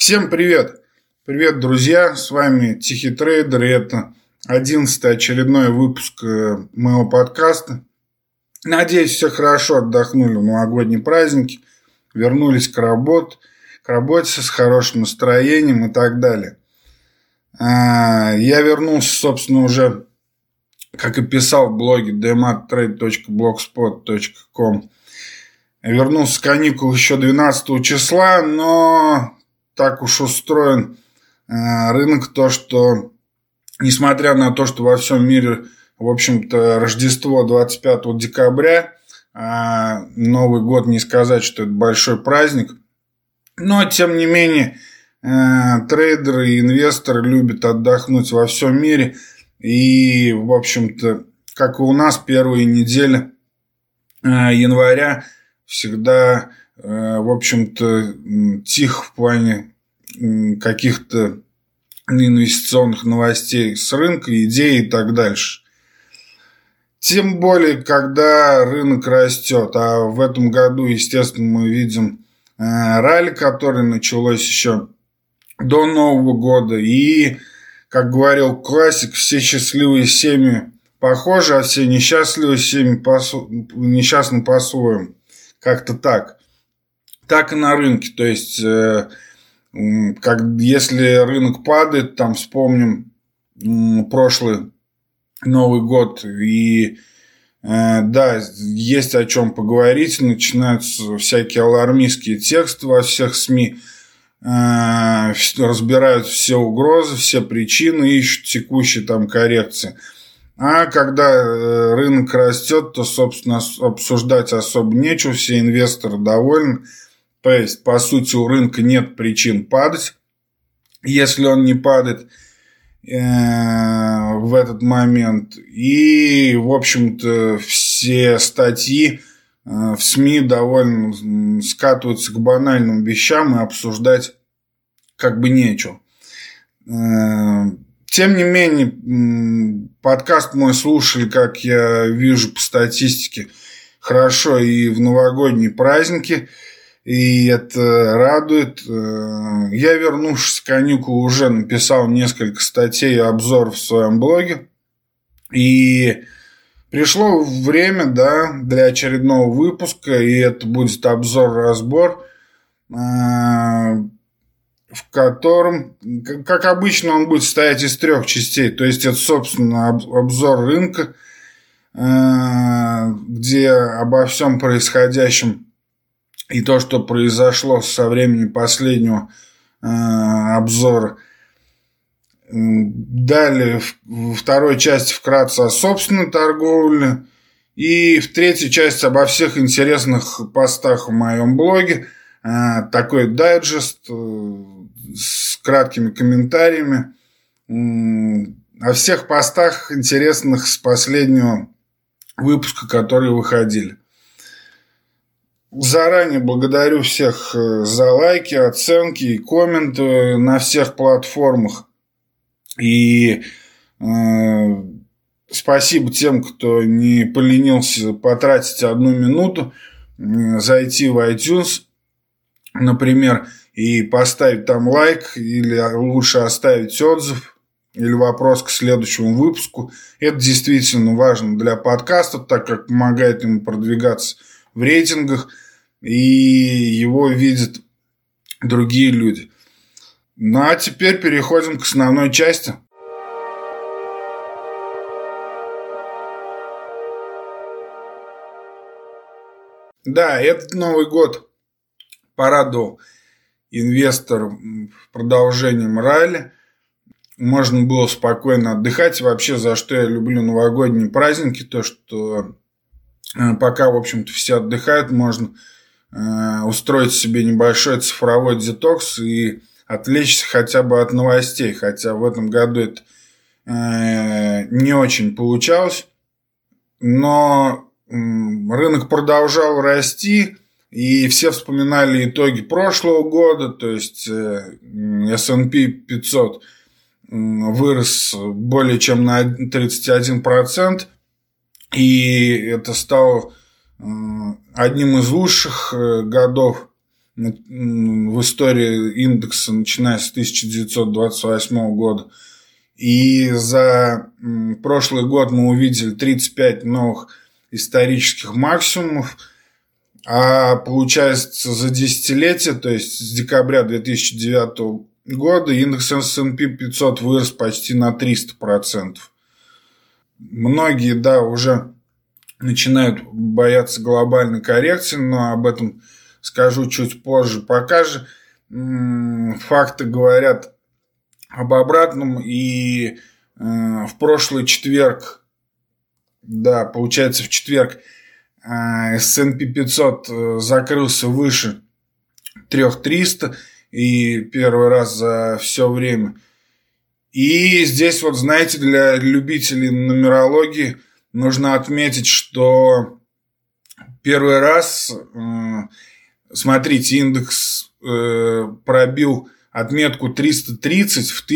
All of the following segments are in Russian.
Всем привет! Привет, друзья! С вами Тихий Трейдер, и это 11-й очередной выпуск моего подкаста. Надеюсь, все хорошо отдохнули в новогодние праздники, вернулись к работе с хорошим настроением и так далее. Я вернулся, собственно, уже, как и писал в блоге dmattrade.blogspot.com. Вернулся с каникул еще 12 числа, но так уж устроен рынок, то что, несмотря на то, что во всем мире, в общем-то, Рождество 25 декабря, Новый год, не сказать, что это большой праздник, но, тем не менее, трейдеры и инвесторы любят отдохнуть во всем мире, и, в общем-то, как и у нас, первые недели января всегда, в общем-то, тихо в плане каких-то инвестиционных новостей с рынка, идей и так дальше. Тем более, когда рынок растет. А в этом году, естественно, мы видим ралли, которое началось еще до Нового года. И, как говорил классик, все счастливые семьи похожи, а все несчастливые семьи несчастны по-своему. Как-то так. Так и на рынке. То есть, если рынок падает, там вспомним прошлый Новый год, и да, есть о чем поговорить. Начинаются всякие алармистские тексты во всех СМИ, разбирают все угрозы, все причины, ищут текущие там коррекции. А когда рынок растет, то, собственно, обсуждать особо нечего, все инвесторы довольны. То есть, по сути, у рынка нет причин падать. Если он не падает в этот момент. И, в общем-то, все статьи в СМИ довольно скатываются к банальным вещам, и обсуждать как бы нечего. Тем не менее, подкаст мой слушали, как я вижу по статистике, хорошо и в новогодние праздники, и это радует. Я, вернувшись с каникул, уже написал несколько статей и обзоров в своем блоге, и пришло время, да, для очередного выпуска, и это будет обзор-разбор, в котором, как обычно, он будет состоять из 3 частей. То есть, это, собственно, обзор рынка, где обо всем происходящем и то, что произошло со времени последнего обзора. Далее, во второй части вкратце о собственной торговле. И в третьей части обо всех интересных постах в моем блоге. Такой дайджест с краткими комментариями о всех постах интересных с последнего выпуска, которые выходили. Заранее благодарю всех за лайки, оценки и комменты на всех платформах. И спасибо тем, кто не поленился потратить 1 минуту, зайти в iTunes, например, и поставить там лайк, или лучше оставить отзыв или вопрос к следующему выпуску. Это действительно важно для подкаста, так как помогает ему продвигаться в рейтингах, и его видят другие люди. Ну а теперь переходим к основной части. Да, этот Новый год порадовал инвесторов продолжением ралли. Можно было спокойно отдыхать. Вообще, за что я люблю новогодние праздники, то, что пока, в общем-то, все отдыхают, можно устроить себе небольшой цифровой детокс и отвлечься хотя бы от новостей. Хотя в этом году это не очень получалось. Но рынок продолжал расти, и все вспоминали итоги прошлого года. То есть S&P 500 вырос более чем на 31%. И это стало одним из лучших годов в истории индекса, начиная с 1928 года. И за прошлый год мы увидели 35 новых исторических максимумов. А получается за десятилетие, то есть с декабря 2009 года, индекс S&P 500 вырос почти на 300%. Многие, да, уже начинают бояться глобальной коррекции, но об этом скажу чуть позже. Пока же факты говорят об обратном. И в прошлый четверг, да, получается в четверг, S&P 500 закрылся выше 3300 и первый раз за все время. И здесь вот, знаете, для любителей нумерологии нужно отметить, что первый раз, смотрите, индекс пробил отметку 330 в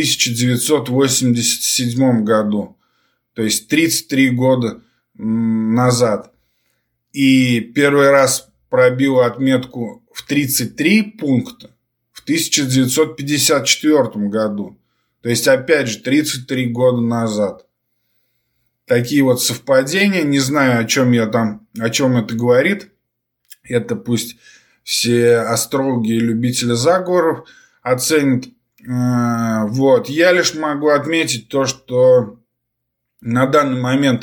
1987 году, то есть 33 года назад. И первый раз пробил отметку в 33 пункта в 1954 году. То есть, опять же, 33 года назад. Такие вот совпадения. Не знаю, о чем это говорит. Это пусть все астрологи и любители заговоров оценят. Вот. Я лишь могу отметить то, что на данный момент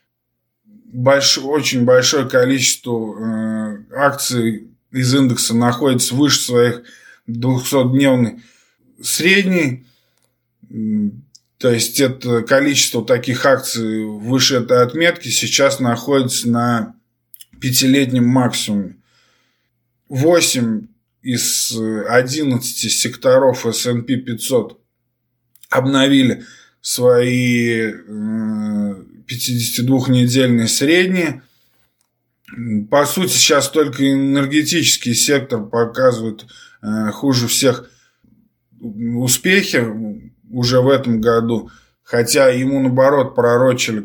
очень большое количество акций из индекса находится выше своих 200-дневной средней. То есть это количество таких акций выше этой отметки сейчас находится на 5-летнем максимуме. 8 из 11 секторов S&P 500 обновили свои 52-недельные средние. По сути, сейчас только энергетический сектор показывает хуже всех успехи уже в этом году. Хотя ему, наоборот, пророчили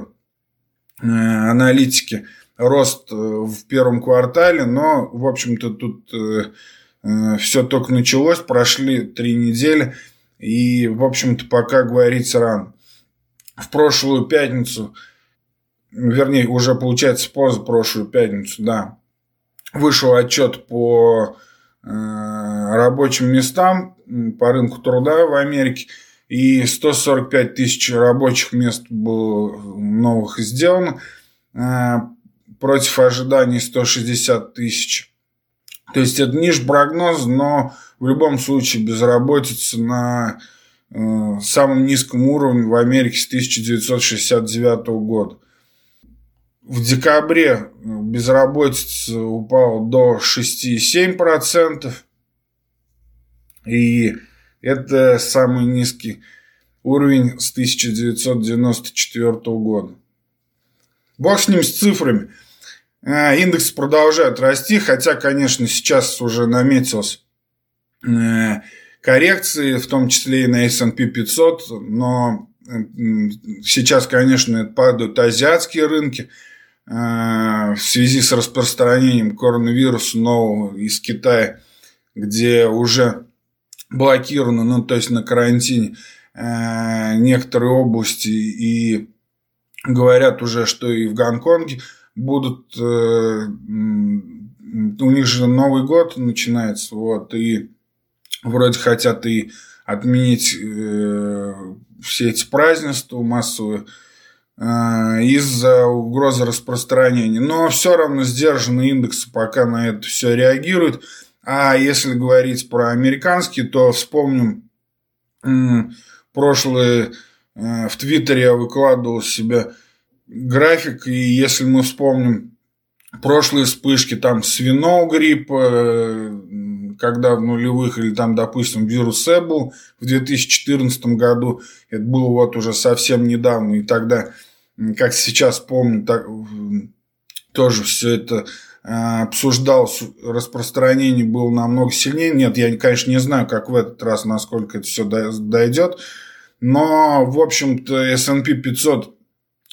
аналитики рост в первом квартале. Но, в общем-то, тут все только началось. Прошли 3 недели. И, в общем-то, пока говорить рано. В прошлую пятницу, вернее, уже получается позапрошлую пятницу, да, вышел отчет по рабочим местам по рынку труда в Америке. И 145 тысяч рабочих мест было новых сделано. Против ожиданий 160 тысяч. То есть это ниже прогноза, но в любом случае безработица на самом низком уровне в Америке с 1969 года. В декабре безработица упала до 6,7%. И это самый низкий уровень с 1994 года. Бог с ним, с цифрами. Индекс продолжает расти, хотя, конечно, сейчас уже наметилась коррекции, в том числе и на S&P 500, но сейчас, конечно, падают азиатские рынки в связи с распространением коронавируса нового из Китая, где уже блокированы, то есть на карантине некоторые области, и говорят уже, что и в Гонконге будут, у них же Новый год начинается, вот, и вроде хотят и отменить все эти празднества массовые из-за угрозы распространения. Но все равно сдержанные индексы пока на это все реагируют. А если говорить про американские, то вспомним прошлые, в Твиттере я выкладывал себе график, и если мы вспомним прошлые вспышки там свиного гриппа, когда в нулевых, или там, допустим, вирус Эбола в 2014 году, это было вот уже совсем недавно, и тогда, как сейчас помню, тоже все это обсуждалось, распространение было намного сильнее. Нет, я, конечно, не знаю, как в этот раз, насколько это все дойдет, но, в общем-то, S&P 500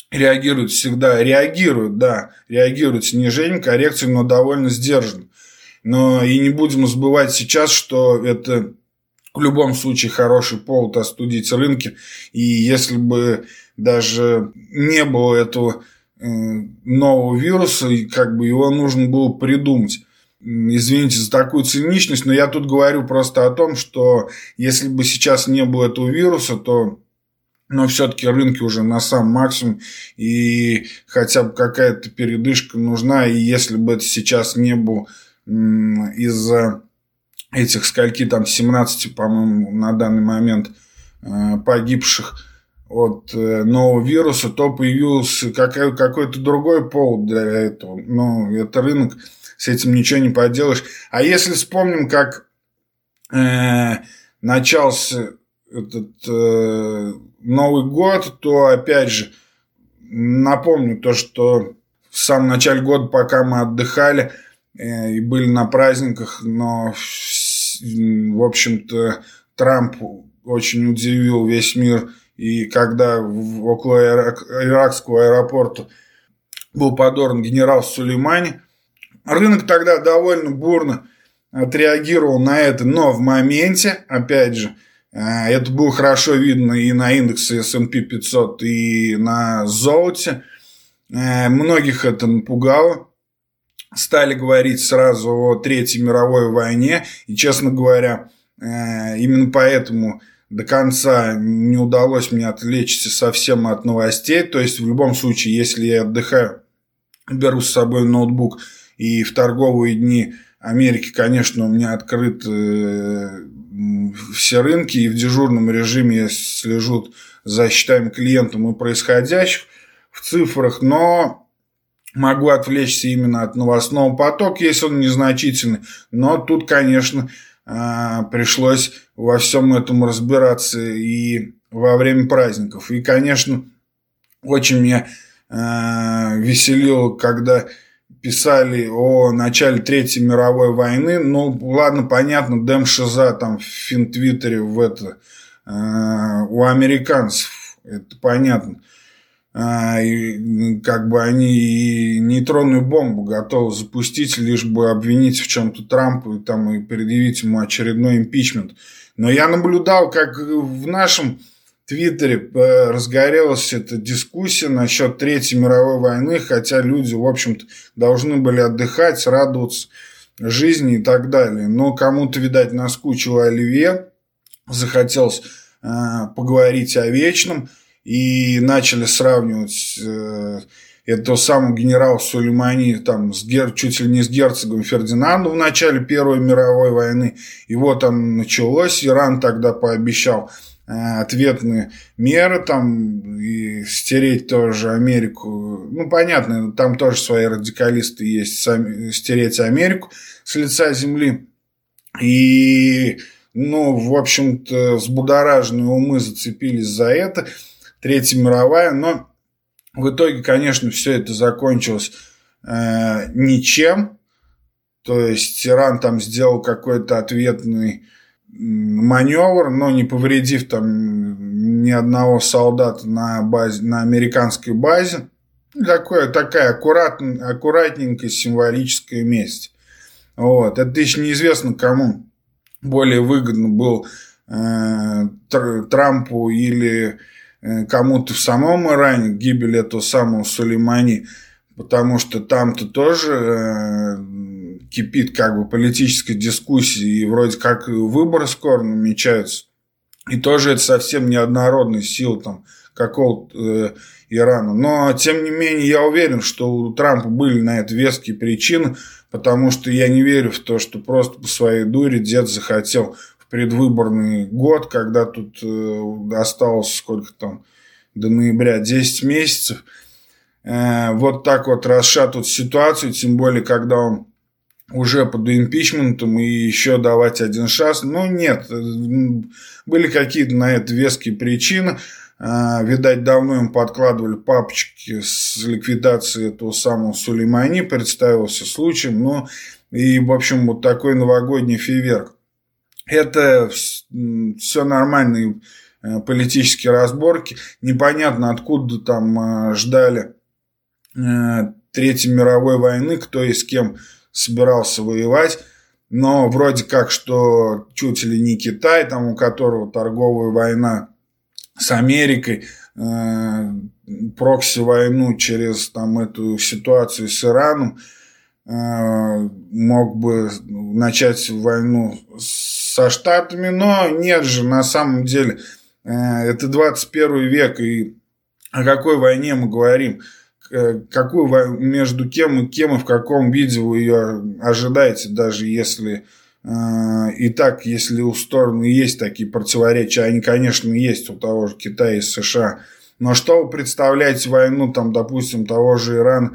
реагирует снижением, коррекцией, но довольно сдержанно. Но и не будем забывать сейчас, что это в любом случае хороший повод остудить рынки. И если бы даже не было этого нового вируса, как бы его нужно было придумать. Извините за такую циничность, но я тут говорю просто о том, что если бы сейчас не было этого вируса, то но все-таки рынки уже на самом максимуме, и хотя бы какая-то передышка нужна, и если бы это сейчас не было из-за этих скольки там 17, по-моему, на данный момент погибших от нового вируса, то появился какой-то другой повод для этого. Но это рынок, с этим ничего не поделаешь. А если вспомним, как начался этот Новый год, то опять же напомню то, что в самом начале года, пока мы отдыхали и были на праздниках, но в общем-то Трамп очень удивил весь мир, и когда около иракского аэропорта был подорван генерал Сулеймани, рынок тогда довольно бурно отреагировал на это, но в моменте, опять же, это было хорошо видно и на индексе S&P 500, и на золоте. Многих это напугало. Стали говорить сразу о Третьей мировой войне. И, честно говоря, именно поэтому до конца не удалось мне отвлечься совсем от новостей. То есть, в любом случае, если я отдыхаю, беру с собой ноутбук, и в торговые дни Америки, конечно, у меня открыты все рынки, и в дежурном режиме я слежу за счетами клиентов и происходящих в цифрах, но могу отвлечься именно от новостного потока, если он незначительный. Но тут, конечно, пришлось во всем этом разбираться и во время праздников. И, конечно, очень меня веселило, когда писали о начале Третьей мировой войны. Ну, ладно, понятно, Дэм Шиза там в финтвиттере у американцев, это понятно. И как бы они и нейтронную бомбу готовы запустить, лишь бы обвинить в чем-то Трампа и предъявить ему очередной импичмент. Но я наблюдал, как в нашем Твиттере разгорелась эта дискуссия насчет Третьей мировой войны, хотя люди, в общем-то, должны были отдыхать, радоваться жизни и так далее. Но кому-то, видать, наскучило оливье, захотелось поговорить о вечном, и начали сравнивать этого самого генерала Сулеймани там, чуть ли не с герцогом Фердинандом в начале Первой мировой войны. И вот там началось, Иран тогда пообещал ответные меры там, и стереть тоже Америку. Ну, понятно, там тоже свои радикалисты есть, стереть Америку с лица земли. И, ну, в общем-то, взбудораженные умы зацепились за это. Третья мировая, но в итоге, конечно, все это закончилось ничем. То есть Иран там сделал какой-то ответный маневр, но не повредив там ни одного солдата на американской базе. Такая аккуратненькая символическая месть. Вот. Это еще неизвестно, кому более выгодно был Трампу или кому-то в самом Иране гибель этого самого Сулеймани, потому что там-то тоже кипит как бы политическая дискуссия, и вроде как выборы скоро намечаются, и тоже это совсем неоднородная сила там какого-то Ирана. Но, тем не менее, я уверен, что у Трампа были на это веские причины, потому что я не верю в то, что просто по своей дуре дед захотел предвыборный год, когда тут осталось сколько там до ноября, 10 месяцев, вот так вот расшатывать ситуацию, тем более, когда он уже под импичментом, и еще давать один шанс. Ну, нет, были какие-то на это веские причины. Видать, давно им подкладывали папочки с ликвидацией этого самого Сулеймани, представился случаем, ну, и, в общем, вот такой новогодний фейерверк. Это все нормальные политические разборки. Непонятно, откуда там ждали Третьей мировой войны, кто и с кем собирался воевать. но вроде как, что чуть ли не Китай, там у которого торговая война с Америкой, прокси-войну через там эту ситуацию с Ираном, мог бы начать войну со Штатами, но нет же, на самом деле, это 21 век, и о какой войне мы говорим? Какую между кем и в каком виде вы ее ожидаете, даже если и так, если у стороны есть такие противоречия, они, конечно, есть у того же Китая и США, но что вы представляете войну, там, допустим, того же Ирана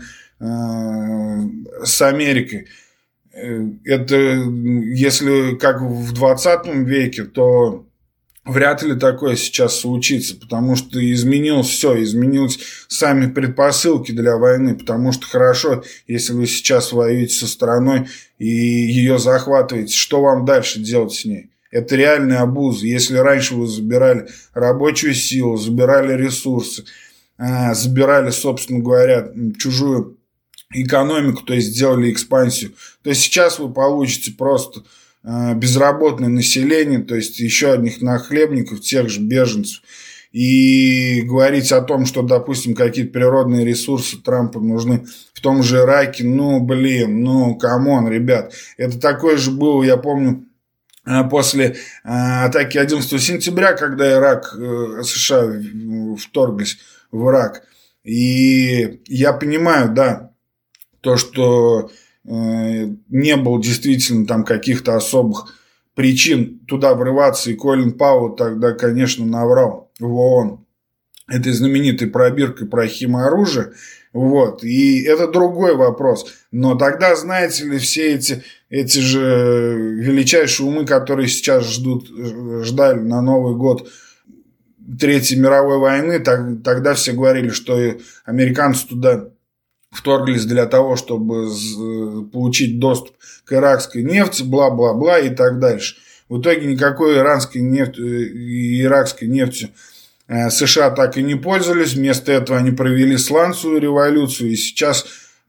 с Америкой? Это, если как в 20 веке, то вряд ли такое сейчас случится, потому что изменилось все, изменились сами предпосылки для войны, потому что хорошо, если вы сейчас воюете со страной и ее захватываете, что вам дальше делать с ней? Это реальный абуз. Если раньше вы забирали рабочую силу, забирали ресурсы, забирали, собственно говоря, чужую экономику, то есть сделали экспансию, то сейчас вы получите просто безработное население, то есть еще одних нахлебников, тех же беженцев. И говорить о том, что, допустим, какие-то природные ресурсы Трампу нужны в том же Ираке, камон, ребят. Это такое же было, я помню, после атаки 11 сентября, когда США вторглись в Ирак. И я понимаю, да, то, что не было действительно там каких-то особых причин туда врываться, и Колин Пауэлл тогда, конечно, наврал в ООН этой знаменитой пробиркой про химоружие, вот, и это другой вопрос, но тогда, знаете ли, все эти же величайшие умы, которые сейчас ждали на Новый год Третьей мировой войны, тогда все говорили, что американцы туда вторглись для того, чтобы получить доступ к иракской нефти, бла-бла-бла и так дальше. В итоге никакой иракской нефтью США так и не пользовались. Вместо этого они провели сланцевую революцию. И сейчас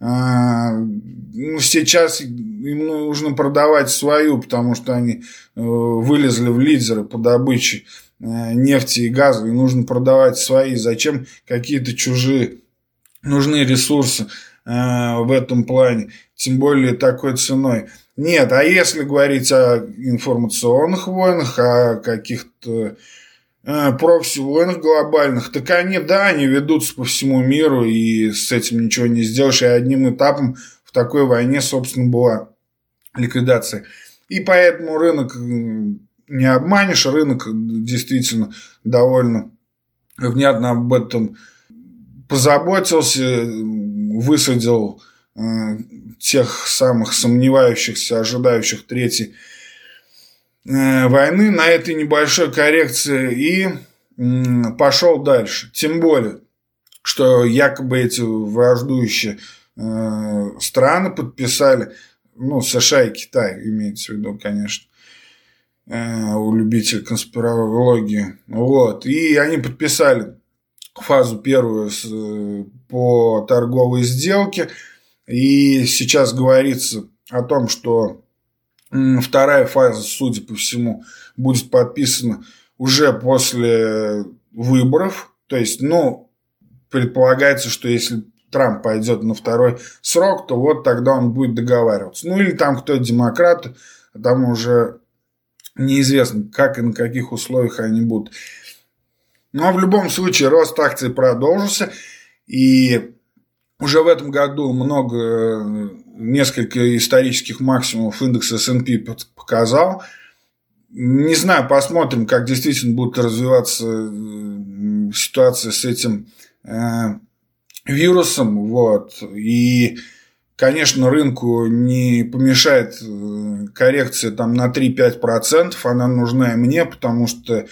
им нужно продавать свою, потому что они вылезли в лидеры по добыче нефти и газа. И нужно продавать свои. Зачем какие-то чужие? Нужны ресурсы в этом плане, тем более такой ценой. Нет, а если говорить о информационных войнах, о каких-то прокси-войнах глобальных, так они ведутся по всему миру, и с этим ничего не сделаешь. И одним этапом в такой войне, собственно, была ликвидация. И поэтому рынок не обманешь, рынок действительно довольно внятно об этом позаботился, высадил тех самых сомневающихся, ожидающих третьей войны на этой небольшой коррекции и пошел дальше. Тем более, что якобы эти враждующие страны подписали, США и Китай, имеется в виду, конечно, у любителей конспирологии, вот, и они подписали фазу первую по торговой сделке. И сейчас говорится о том, что вторая фаза, судя по всему, будет подписана уже после выборов. То есть, предполагается, что если Трамп пойдет на второй срок, то вот тогда он будет договариваться. Или там кто демократы, там уже неизвестно, как и на каких условиях они будут. Но в любом случае рост акций продолжился, и уже в этом году несколько исторических максимумов индекс S&P показал. Не знаю, посмотрим, как действительно будет развиваться ситуация с этим вирусом. Вот. И, конечно, рынку не помешает коррекция там на 3-5%. Она нужна и мне, потому что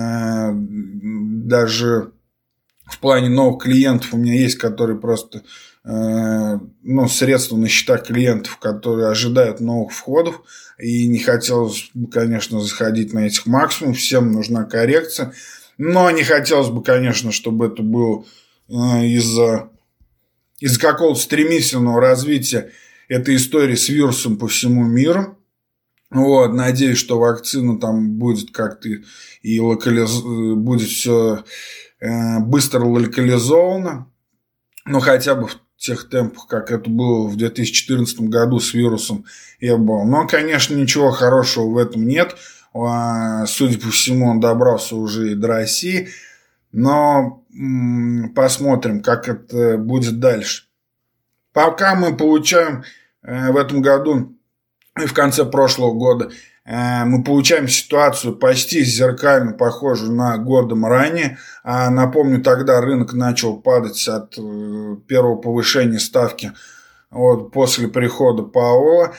даже в плане новых клиентов у меня есть, которые просто средства на счетах клиентов, которые ожидают новых входов, и не хотелось бы, конечно, заходить на этих максимумов, всем нужна коррекция, но не хотелось бы, конечно, чтобы это было из-за какого-то стремительного развития этой истории с вирусом по всему миру. Вот, надеюсь, что вакцина там будет как-то и будет все быстро локализовано, но хотя бы в тех темпах, как это было в 2014 году с вирусом Эбола. Но, конечно, ничего хорошего в этом нет. Судя по всему, он добрался уже и до России. Но посмотрим, как это будет дальше. Пока мы получаем в этом году и в конце прошлого года мы получаем ситуацию почти зеркально похожую на годом ранее. Напомню, тогда рынок начал падать от первого повышения ставки после прихода Пауэлла.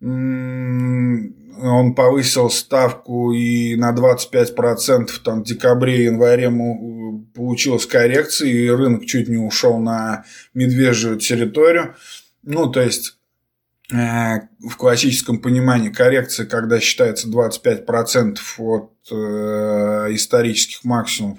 Он повысил ставку и на 25%, там в декабре-январе получилась коррекция, и рынок чуть не ушел на медвежью территорию. То есть в классическом понимании коррекция, когда считается 25% от исторических максимумов.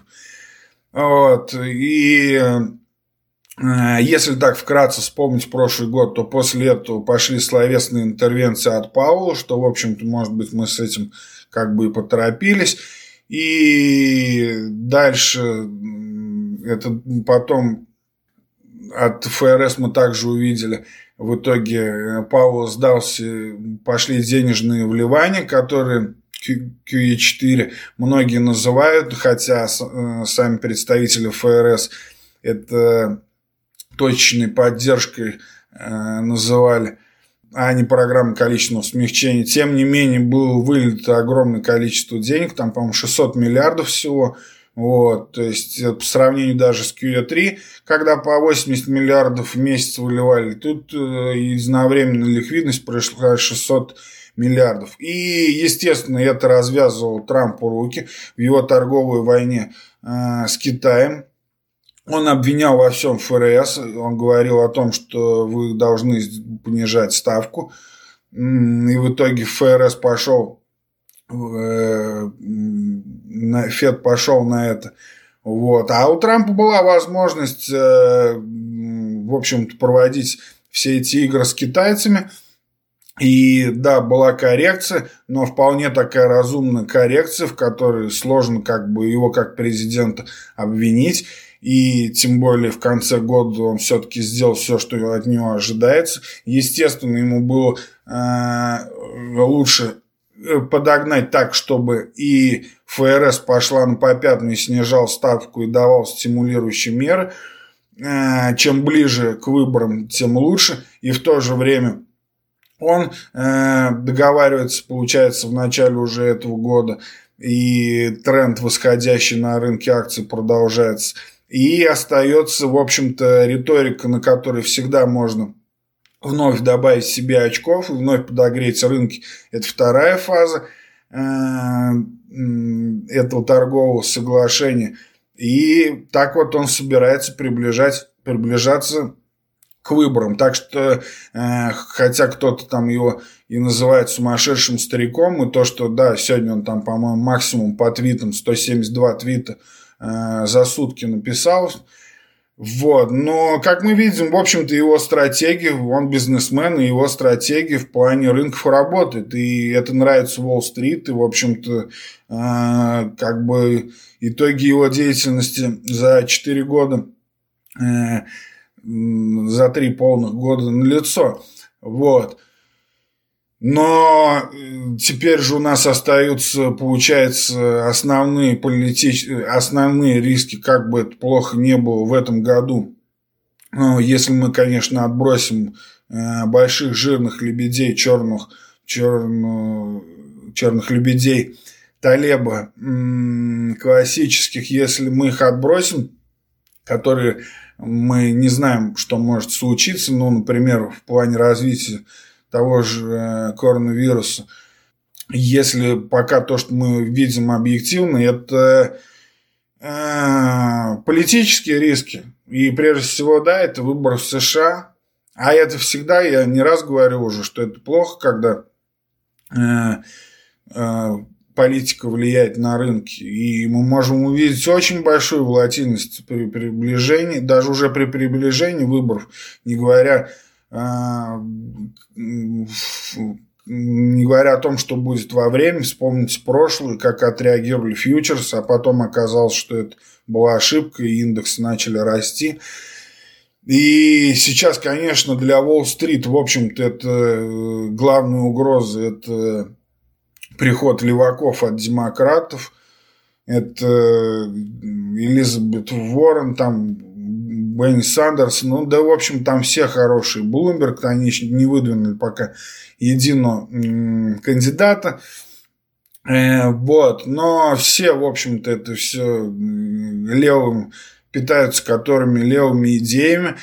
И если так вкратце вспомнить прошлый год, то после этого пошли словесные интервенции от Пауэлла, что, в общем-то, может быть, мы с этим как бы и поторопились. И дальше это потом от ФРС мы также увидели. В итоге Пауэлл сдался, пошли денежные вливания, которые QE4 многие называют, хотя сами представители ФРС это точечной поддержкой называли, а не программой количественного смягчения. Тем не менее, было вылито огромное количество денег, там, по-моему, 600 миллиардов всего. То есть, по сравнению даже с QE3, когда по 80 миллиардов в месяц выливали, тут единовременная ликвидность пришла 600 миллиардов. И, естественно, это развязывало Трампу руки в его торговой войне с Китаем. Он обвинял во всем ФРС, он говорил о том, что вы должны понижать ставку. И в итоге ФРС пошел, Фед пошел на это. А у Трампа была возможность, в общем-то, проводить все эти игры с китайцами. И да, была коррекция, но вполне такая разумная коррекция, в которой сложно как бы его как президента обвинить. И тем более в конце года он все-таки сделал все, что от него ожидается. Естественно, ему было лучше подогнать так, чтобы и ФРС пошла на попятную и снижал ставку и давал стимулирующие меры. Чем ближе к выборам, тем лучше. И в то же время он договаривается, получается, в начале уже этого года. И тренд восходящий на рынке акций продолжается. И остается, в общем-то, риторика, на которой всегда можно вновь добавить себе очков и вновь подогреть рынки. Это вторая фаза этого торгового соглашения. И так вот он собирается приближаться к выборам. Так что, хотя кто-то там его и называет сумасшедшим стариком, и то, что, да, сегодня он там, по-моему, максимум по твитам 172 твита за сутки написал. Но, как мы видим, в общем-то, его стратегия, он бизнесмен, и его стратегия в плане рынков работает. И это нравится Уолл-стрит, и, в общем-то, как бы итоги его деятельности за 4 года, за 3 полных года налицо. Но теперь же у нас остаются, получается, основные риски, как бы это плохо не было в этом году. Если мы, конечно, отбросим больших жирных лебедей, черных лебедей Талеба, классических, если мы их отбросим, которые мы не знаем, что может случиться, например, в плане развития того же коронавируса. Если пока то, что мы видим объективно, это политические риски. И прежде всего, да, это выбор в США. А это всегда, я не раз говорю уже, что это плохо, когда политика влияет на рынки. И мы можем увидеть очень большую волатильность при приближении, даже уже при приближении выборов, не говоря не говоря о том, что будет во время, вспомните прошлое, как отреагировали фьючерсы, а потом оказалось, что это была ошибка, и индексы начали расти. И сейчас, конечно, для Уолл-стрит, в общем-то, это главная угроза, это приход леваков от демократов, это Элизабет Уоррен, там Бенни Сандерс, ну да, в общем, там все хорошие. Блумберг, они еще не выдвинули пока единого кандидата. Вот, но все, в общем-то, это все левым питаются, которыми левыми идеями.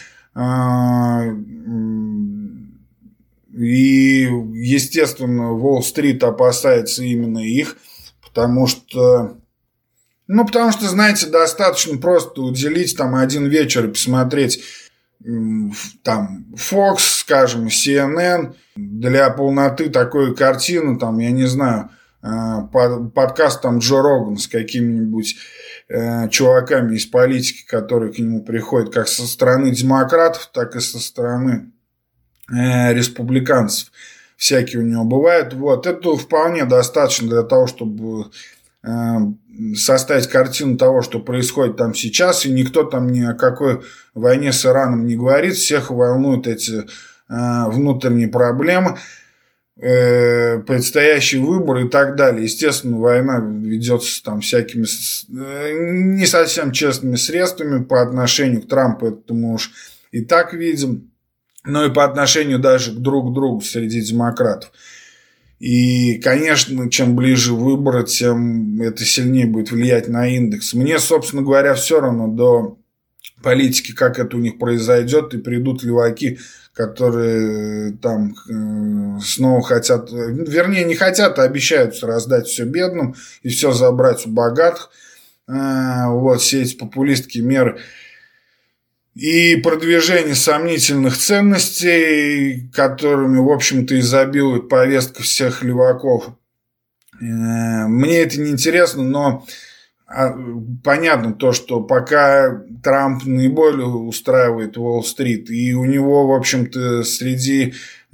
И, естественно, Уолл-стрит опасается именно их, потому что, знаете, достаточно просто уделить там один вечер и посмотреть там Fox, скажем, CNN, для полноты такой картины, там, я не знаю, подкаст там Джо Роган с какими-нибудь чуваками из политики, которые к нему приходят как со стороны демократов, так и со стороны республиканцев. Всякие у него бывают. Вот. Это вполне достаточно для того, чтобы составить картину того, что происходит там сейчас, и никто там ни о какой войне с Ираном не говорит, всех волнуют эти внутренние проблемы, предстоящие выборы и так далее. Естественно, война ведется там всякими не совсем честными средствами по отношению к Трампу, это мы уж и так видим, но и по отношению даже друг к другу среди демократов. И, конечно, чем ближе выборы, тем это сильнее будет влиять на индекс. Мне, собственно говоря, все равно до политики, как это у них произойдет, и придут леваки, которые там снова хотят, вернее, не хотят, а обещаются раздать все бедным и все забрать у богатых. Вот все эти популистские меры и продвижение сомнительных ценностей, которыми, в общем-то, изобилует повестка всех леваков. Мне это не интересно, но понятно то, что пока Трамп наиболее устраивает Уолл-стрит, и у него, в общем-то, среди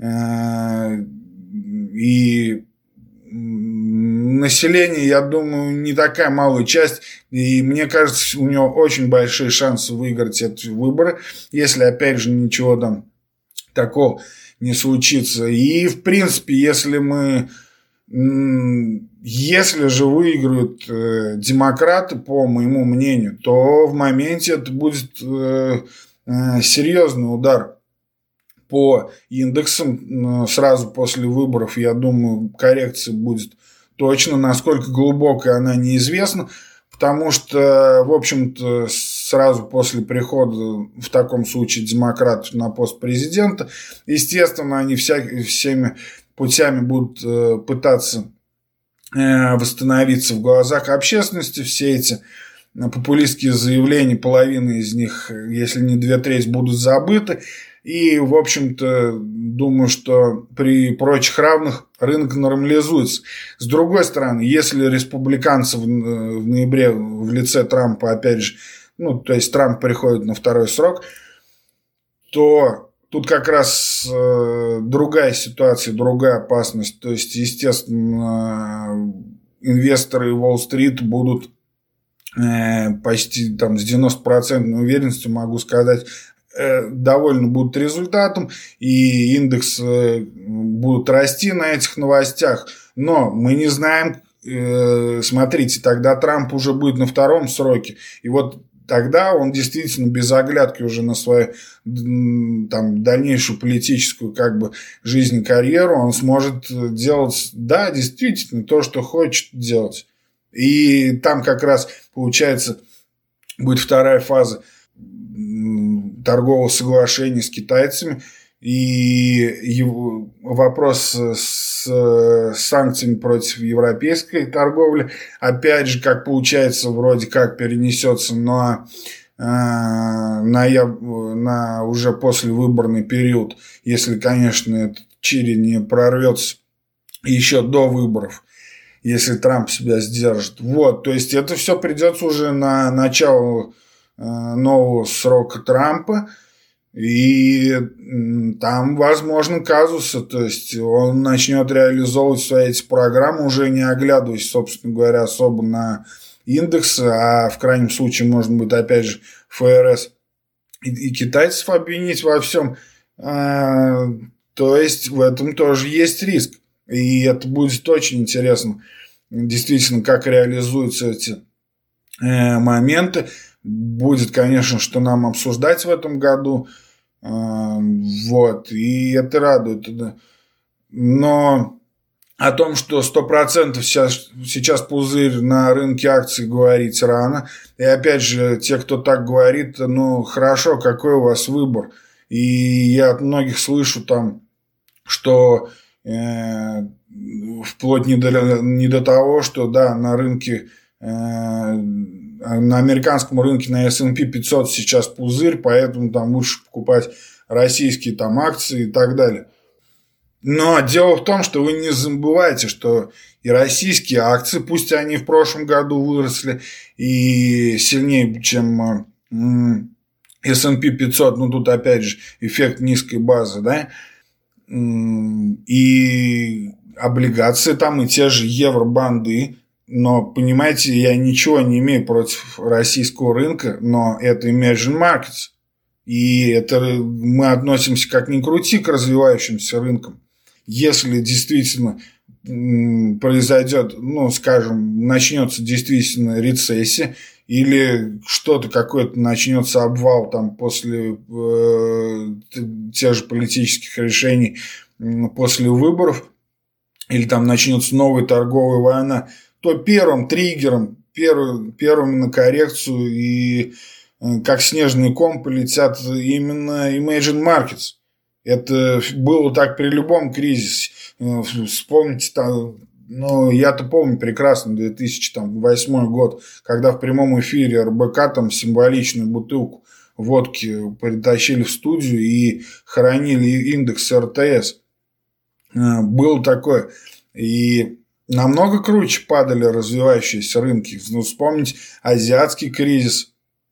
и населения, я думаю, не такая малая часть, и мне кажется, у него очень большие шансы выиграть эти выборы, если, опять же, ничего там такого не случится. И, в принципе, если же выиграют демократы, по моему мнению, то в моменте это будет серьезный удар по индексам. Сразу после выборов, я думаю, коррекция будет точно. Насколько глубокая, она неизвестна, потому что, в общем-то, сразу после прихода, в таком случае, демократов на пост президента, естественно, они всеми путями будут пытаться восстановиться в глазах общественности. Все эти популистские заявления, половина из них, если не 2/3, будут забыты. И, в общем-то, думаю, что при прочих равных рынок нормализуется. С другой стороны, если республиканцы в ноябре в лице Трампа, опять же, то есть Трамп приходит на второй срок, то тут как раз другая ситуация, другая опасность. То есть, естественно, инвесторы Уолл-стрит будут почти там с 90% уверенностью, могу сказать, довольны будут результатом, и индексы будут расти на этих новостях. Но мы не знаем, смотрите, тогда Трамп уже будет на втором сроке, и вот тогда он действительно без оглядки уже на свою там дальнейшую политическую жизнь и карьеру, он сможет делать, да, действительно, то, что хочет делать. И там как раз, получается, будет вторая фаза торгового соглашения с китайцами, и его вопрос с санкциями против европейской торговли, опять же, как получается, вроде как перенесется на уже послевыборный период, если, конечно, этот чири не прорвется еще до выборов, если Трамп себя сдержит. Вот, то есть это все придется уже на начало нового срока Трампа. И там возможны казусы, то есть он начнет реализовывать свои эти программы, уже не оглядываясь, собственно говоря, особо на индексы, а в крайнем случае, можно будет, опять же, ФРС и китайцев обвинить во всем. То есть в этом тоже есть риск. И это будет очень интересно, действительно, как реализуются эти моменты. Будет, конечно, что нам обсуждать в этом году. Вот. И это радует. Но о том, что 100% сейчас пузырь на рынке акций, говорить рано. И опять же, те, кто так говорит, ну хорошо, какой у вас выбор? И я от многих слышу там, что вплоть не до того, что да, на рынке, на американском рынке, на S&P 500 сейчас пузырь, поэтому там лучше покупать российские там акции и так далее. Но дело в том, что вы не забывайте, что и российские акции, пусть они в прошлом году выросли и сильнее, чем S&P 500, ну тут опять же эффект низкой базы, да, и облигации там, и те же евробанды. Но, понимаете, я ничего не имею против российского рынка, но это emerging markets. И это мы относимся, как ни крути, к развивающимся рынкам. Если действительно произойдет, ну, скажем, начнется действительно рецессия, или что-то какое-то начнется обвал там после тех же политических решений, после выборов, или там начнется новая торговая война, то первым триггером, первым на коррекцию и как снежный ком полетят именно emerging markets. Это было так при любом кризисе. Вспомните, там, ну, я-то помню прекрасно 2008 год, когда в прямом эфире РБК там символичную бутылку водки притащили в студию и хоронили индекс РТС. Было такое. И намного круче падали развивающиеся рынки. Ну, вспомнить азиатский кризис,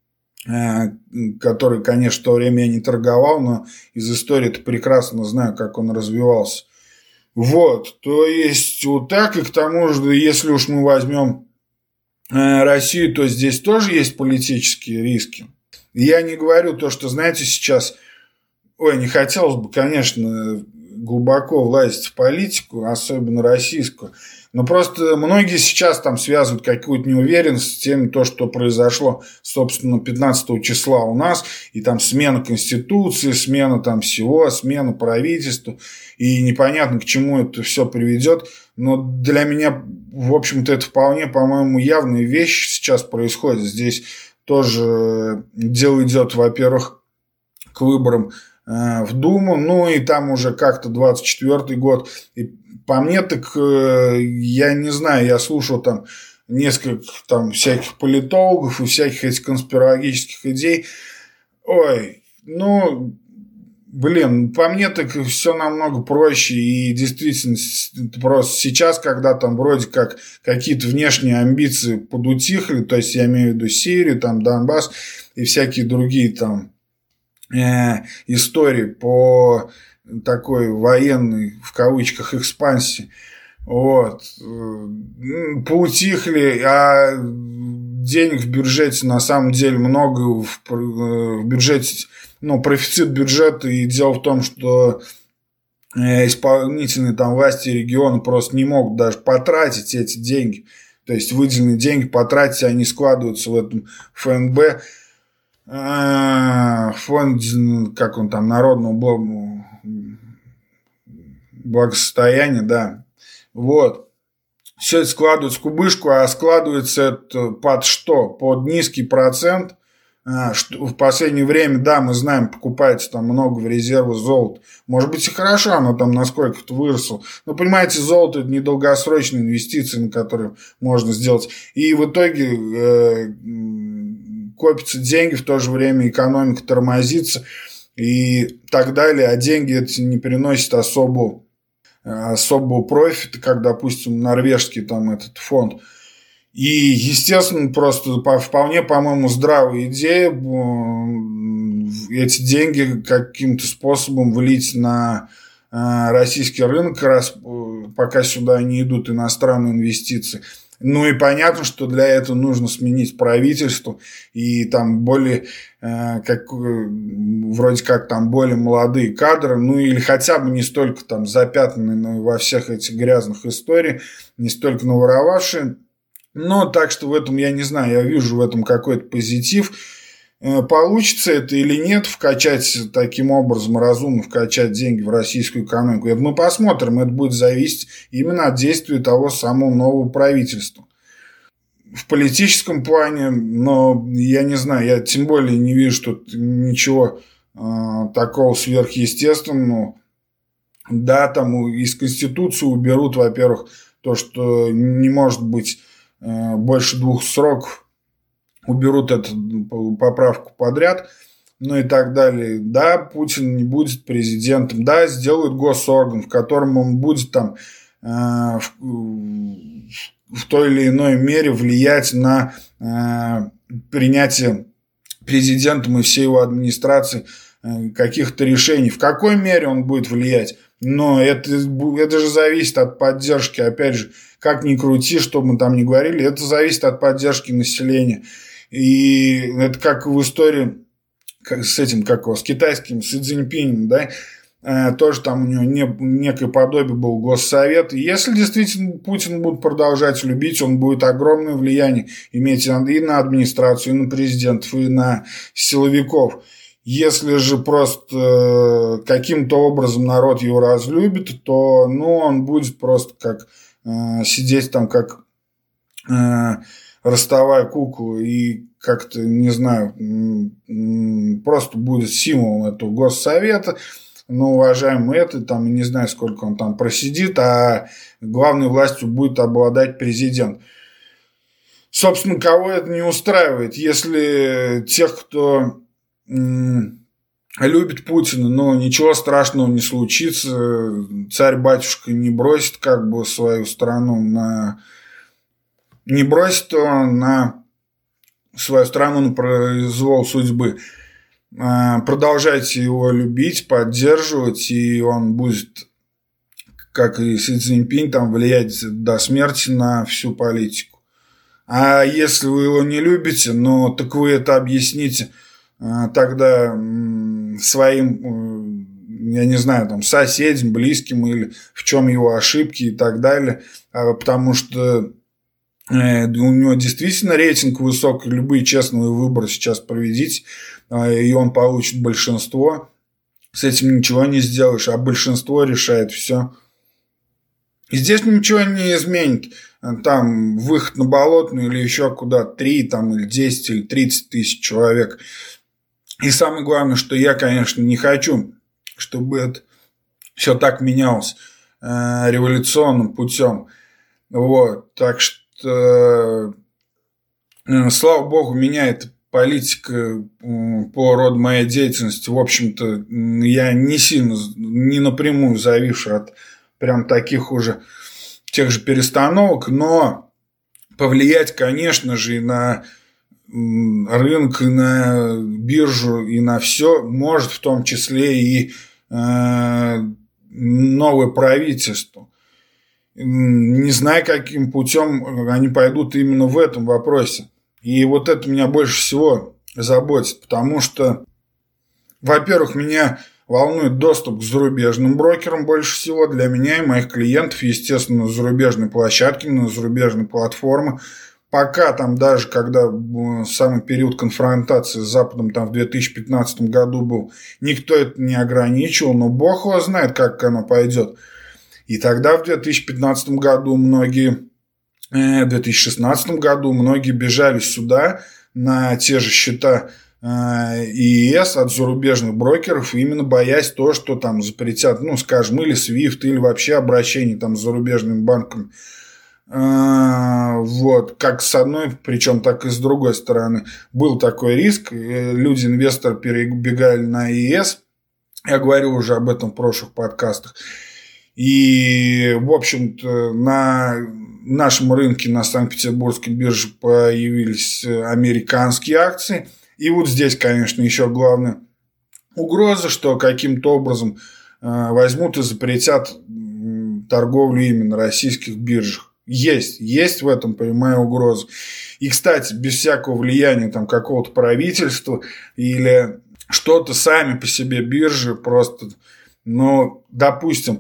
который, конечно, в то время я не торговал, но из истории-то прекрасно знаю, как он развивался. Вот, то есть вот так, и к тому же, если уж мы возьмем Россию, то здесь тоже есть политические риски. Я не говорю то, что, знаете, сейчас, не хотелось бы, конечно, глубоко влазить в политику, особенно российскую, но просто многие сейчас там связывают какую-то неуверенность с тем, то, что произошло, собственно, 15 числа у нас, и там смена Конституции, смена там всего, смена правительства, и непонятно, к чему это все приведет, но для меня, в общем-то, это вполне, по-моему, явная вещь сейчас происходит. Здесь тоже дело идет, во-первых, к выборам в Думу, ну и там уже как-то 24-й год. И по мне так, я не знаю, я слушал там несколько там всяких политологов и всяких этих конспирологических идей. По мне так все намного проще, и действительно просто сейчас, когда там вроде как какие-то внешние амбиции подутихли, то есть я имею в виду Сирию, там Донбасс и всякие другие там истории по такой военной, в кавычках, экспансии, поутихли, а денег в бюджете на самом деле много, в бюджете, профицит бюджета, и дело в том, что исполнительные там власти региона просто не могут даже потратить эти деньги, то есть выделенные деньги потратить, они складываются в этом ФНБ, фонд, как он там, народного благосостояния, да, вот. Все это складывается в кубышку, а складывается это под что? Под низкий процент. Что в последнее время, да, мы знаем, покупается там много в резервы золота. Может быть и хорошо, оно там насколько-то выросло. Но, понимаете, золото – это недолгосрочные инвестиции, на которые можно сделать. И в итоге копятся деньги, в то же время экономика тормозится и так далее. А деньги это не приносит особого профита, как, допустим, норвежский там этот фонд. И, естественно, просто вполне, по-моему, здравая идея эти деньги каким-то способом влить на российский рынок, раз пока сюда не идут иностранные инвестиции. Ну и понятно, что для этого нужно сменить правительство и там более, вроде как там более молодые кадры, ну или хотя бы не столько там запятнанные, но и во всех этих грязных историях, не столько наворовавшие. Но так что в этом, я не знаю, я вижу в этом какой-то позитив. Получится это или нет, вкачать таким образом, разумно вкачать деньги в российскую экономику, это мы посмотрим, это будет зависеть именно от действия того самого нового правительства. В политическом плане, но я не знаю, я тем более не вижу тут ничего такого сверхъестественного. Да, там из Конституции уберут, во-первых, то, что не может быть больше 2 сроков, уберут эту поправку подряд, ну и так далее. Да, Путин не будет президентом, да, сделают госорган, в котором он будет там в той или иной мере влиять на принятие президентом и всей его администрации каких-то решений. В какой мере он будет влиять? Но это же зависит от поддержки, опять же, как ни крути, что мы там ни говорили, это зависит от поддержки населения. И это как в истории с китайским Си Цзиньпинем, да, тоже там у него некое подобие был госсовет. И если действительно Путин будет продолжать любить, он будет огромное влияние иметь и на администрацию, и на президентов, и на силовиков. Если же просто каким-то образом народ его разлюбит, то он будет просто как сидеть там как ростовая кукла и как-то, не знаю, просто будет символом этого госсовета. Ну, уважаемый там, не знаю, сколько он там просидит, а главной властью будет обладать президент. Собственно, кого это не устраивает? Если тех, кто любит Путина, но ничего страшного не случится, царь-батюшка не бросит как бы свою страну не бросит он на свою страну на произвол судьбы. Продолжайте его любить, поддерживать, и он будет, как и Си Цзиньпинь, там влиять до смерти на всю политику. А если вы его не любите, так вы это объясните тогда своим, я не знаю, там, соседям, близким, или в чем его ошибки и так далее, потому что у него действительно рейтинг высокий, любые честные выборы сейчас проведите, и он получит большинство. С этим ничего не сделаешь, а большинство решает все. И здесь ничего не изменит. Там выход на Болотную или еще куда 3, там, или 10, или 30 тысяч человек. И самое главное, что я, конечно, не хочу, чтобы это все так менялось революционным путем. Вот, так что слава богу, меня эта политика по роду моей деятельности, в общем-то, я не сильно, не напрямую зависший от прям таких уже тех же перестановок, но повлиять, конечно же, и на рынок, и на биржу, и на все может, в том числе и новое правительство. Не знаю, каким путем они пойдут именно в этом вопросе. И вот это меня больше всего заботит, потому что, во-первых, меня волнует доступ к зарубежным брокерам больше всего для меня и моих клиентов, естественно, на зарубежной площадке, на зарубежной платформе. Пока там даже, когда самый период конфронтации с Западом там в 2015 году был, никто это не ограничивал, но бог его знает, как оно пойдет. И тогда в 2015 году в 2016 году многие бежали сюда на те же счета ИИС от зарубежных брокеров, именно боясь то, что там запретят, скажем, или SWIFT, или вообще обращение там с зарубежными банками. Вот, как с одной, причем так и с другой стороны. Был такой риск, люди-инвесторы перебегали на ИИС, я говорил уже об этом в прошлых подкастах. И, в общем-то, на нашем рынке, на Санкт-Петербургской бирже появились американские акции. И вот здесь, конечно, еще главное угрозы, что каким-то образом возьмут и запретят торговлю именно на российских биржах. Есть в этом прямая угроза. И, кстати, без всякого влияния там какого-то правительства или что-то сами по себе биржи просто, ну, допустим,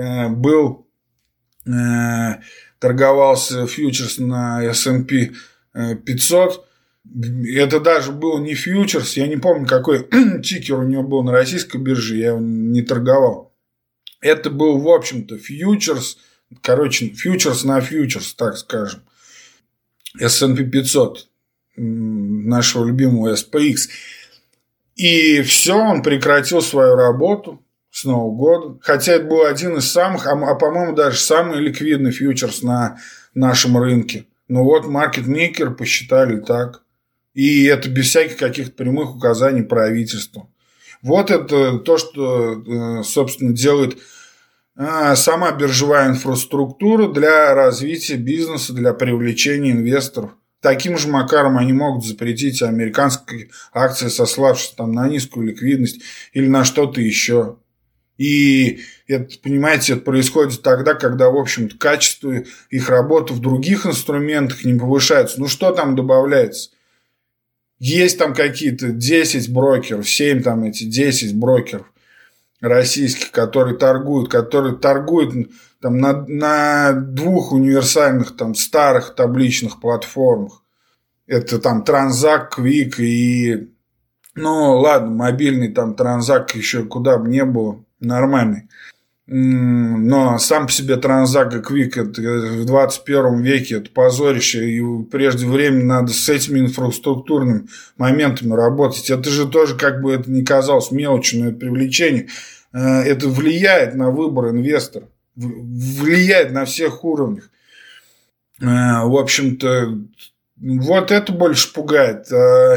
торговался фьючерс на S&P 500, это даже был не фьючерс, я не помню, какой тикер у него был на российской бирже, я его не торговал. Это был, в общем-то, фьючерс, фьючерс на фьючерс, так скажем. S&P 500, нашего любимого SPX. И все, он прекратил свою работу с Нового года. Хотя это был один из самых, по-моему, даже самый ликвидный фьючерс на нашем рынке. Но вот маркетмейкеры посчитали так. И это без всяких каких-то прямых указаний правительства. Вот это то, что, собственно, делает сама биржевая инфраструктура для развития бизнеса, для привлечения инвесторов. Таким же макаром они могут запретить американские акции, сославшись там на низкую ликвидность или на что-то еще. И это, понимаете, это происходит тогда, когда, в общем-то, качество их работы в других инструментах не повышается. Ну, что там добавляется? Есть там какие-то 10 брокеров, 7 там эти 10 брокеров российских, которые торгуют там на двух универсальных там старых табличных платформах. Это там Транзак, Квик и, ну ладно, мобильный там Транзак еще куда бы не было, нормальный. Но сам по себе Транзак и Квик это в 21 веке это позорище, и прежде времени надо с этими инфраструктурными моментами работать. Это же тоже, как бы это ни казалось мелочью, но это привлечение. Это влияет на выбор инвестора, влияет на всех уровнях. В общем-то, вот это больше пугает.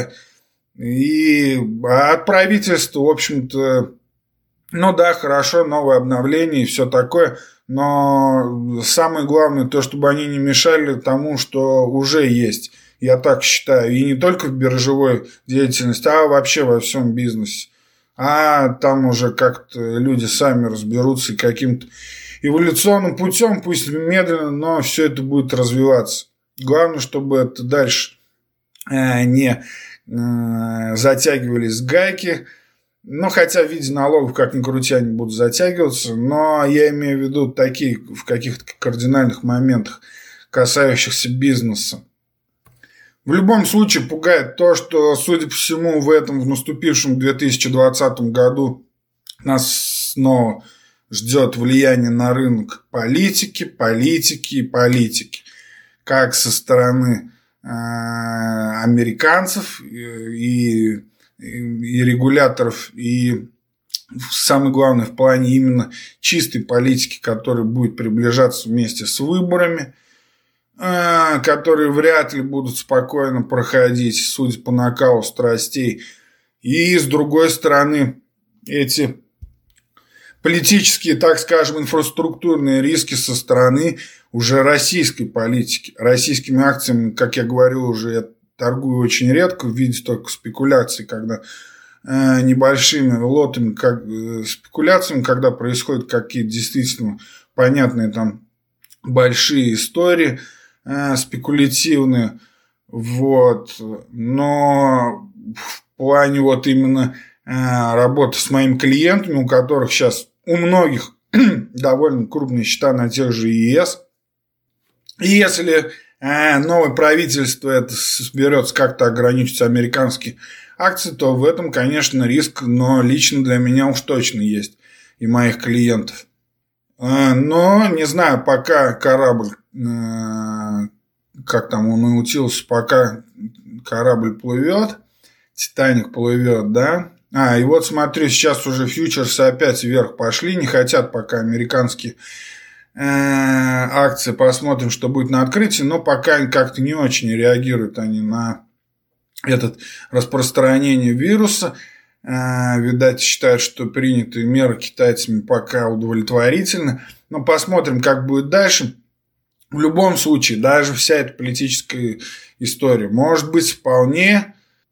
И от правительства, в общем-то, ну да, хорошо, новое обновление и все такое, но самое главное то, чтобы они не мешали тому, что уже есть. Я так считаю. И не только в биржевой деятельности, а вообще во всем бизнесе. А там уже как-то люди сами разберутся и каким-то эволюционным путем, пусть медленно, но все это будет развиваться. Главное, чтобы это дальше не затягивались гайки. Ну, хотя в виде налогов, как ни крути, они будут затягиваться. Но я имею в виду такие в каких-то кардинальных моментах, касающихся бизнеса. В любом случае пугает то, что, судя по всему, в наступившем 2020 году нас снова ждет влияние на рынок политики. Как со стороны американцев и регуляторов, и самое главное в плане именно чистой политики, которая будет приближаться вместе с выборами, которые вряд ли будут спокойно проходить, судя по накалу страстей. И с другой стороны, эти политические, так скажем, инфраструктурные риски со стороны уже российской политики. Российскими акциями, как я говорил уже, я торгую очень редко в виде только спекуляций, когда небольшими лотами, спекуляциями, когда происходят какие-то действительно понятные там большие истории спекулятивные. Вот. Но в плане вот именно работы с моими клиентами, у которых сейчас у многих довольно крупные счета на тех же ЕС. И если новое правительство это соберется как-то ограничить американские акции, то в этом, конечно, риск, но лично для меня уж точно есть и моих клиентов. Но не знаю, пока корабль, как там он научился, пока корабль плывет, Титаник плывет, да. И вот смотрю, сейчас уже фьючерсы опять вверх пошли, не хотят пока американские акции, посмотрим, что будет на открытии, но пока как-то не очень реагируют они на это распространение вируса. Видать, считают, что принятые меры китайцами пока удовлетворительны. Но посмотрим, как будет дальше. В любом случае, даже вся эта политическая история может быть вполне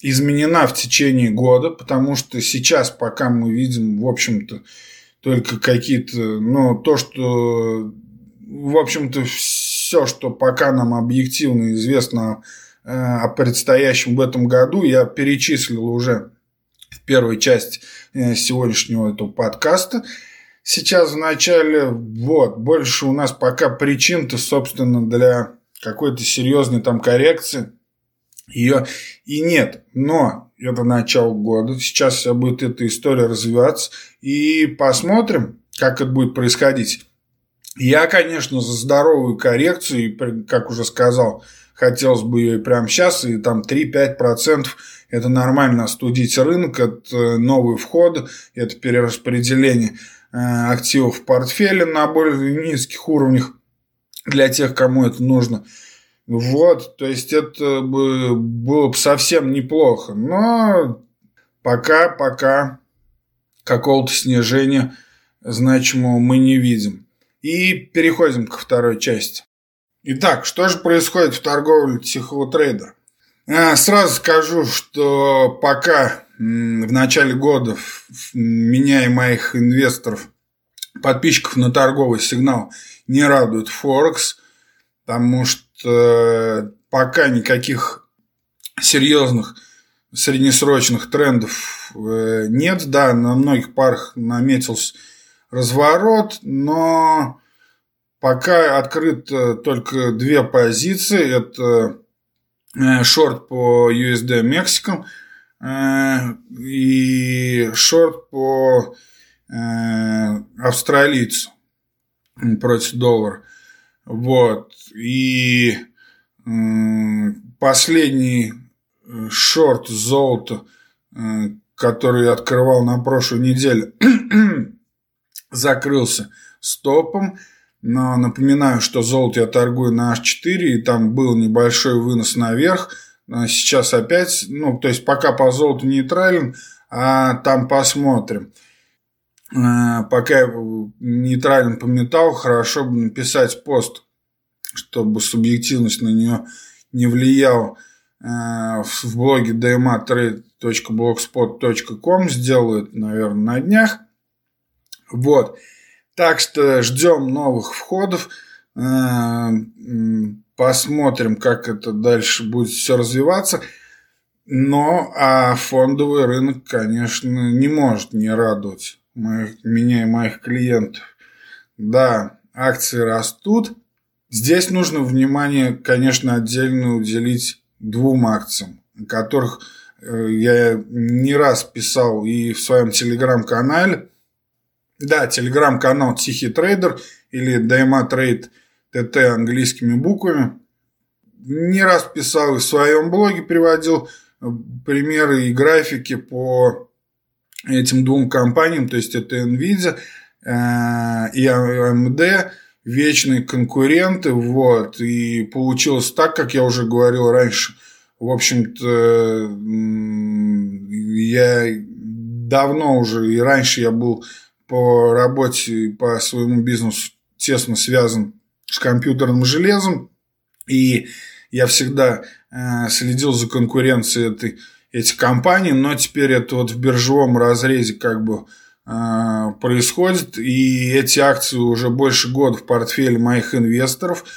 изменена в течение года, потому что сейчас пока мы видим, в общем-то, только какие-то, то, что, в общем-то, все, что пока нам объективно известно о предстоящем в этом году, я перечислил уже в первой части сегодняшнего этого подкаста. Сейчас в начале, больше у нас пока причин-то, собственно, для какой-то серьезной там коррекции ее и нет. Но это начало года, сейчас вся будет эта история развиваться, и посмотрим, как это будет происходить. Я, конечно, за здоровую коррекцию, и, как уже сказал, хотелось бы ее и прямо сейчас, и там 3-5% это нормально остудить рынок, это новые входы, это перераспределение активов в портфеле на более низких уровнях для тех, кому это нужно. То есть это было бы совсем неплохо, но пока какого-то снижения значимого мы не видим. И переходим ко второй части. Итак, что же происходит в торговле тихого трейдера? Сразу скажу, что пока в начале года меня и моих инвесторов, подписчиков на торговый сигнал не радует Форекс, потому что пока никаких серьезных среднесрочных трендов нет. Да, на многих парах наметился разворот, но пока открыто только две позиции. Это шорт по USD Мексикам и шорт по австралийцу против доллара. И последний шорт золота, который открывал на прошлой неделе, закрылся стопом. Но напоминаю, что золото я торгую на H4, и там был небольшой вынос наверх. Сейчас опять, то есть пока по золоту нейтрален, а там посмотрим. Пока я нейтрален по металлу, хорошо бы написать пост, чтобы субъективность на нее не влияла. В блоге dmatrade.blogspot.com сделаю это, наверное, на днях. Так что ждем новых входов, посмотрим, как это дальше будет все развиваться. А фондовый рынок, конечно, не может не радовать меня и моих клиентов. Да, акции растут. Здесь нужно внимание, конечно, отдельно уделить двум акциям, о которых я не раз писал и в своем телеграм-канале. Да, телеграм-канал Тихий трейдер или DMA TT английскими буквами. Не раз писал и в своем блоге приводил примеры и графики по этим двум компаниям. То есть это Nvidia и AMD, вечные конкуренты. И получилось так, как я уже говорил раньше. В общем-то, я давно уже, и раньше я был по работе, по своему бизнесу тесно связан с компьютерным железом, и я всегда следил за конкуренцией этих компаний, но теперь это в биржевом разрезе происходит, и эти акции уже больше года в портфеле моих инвесторов,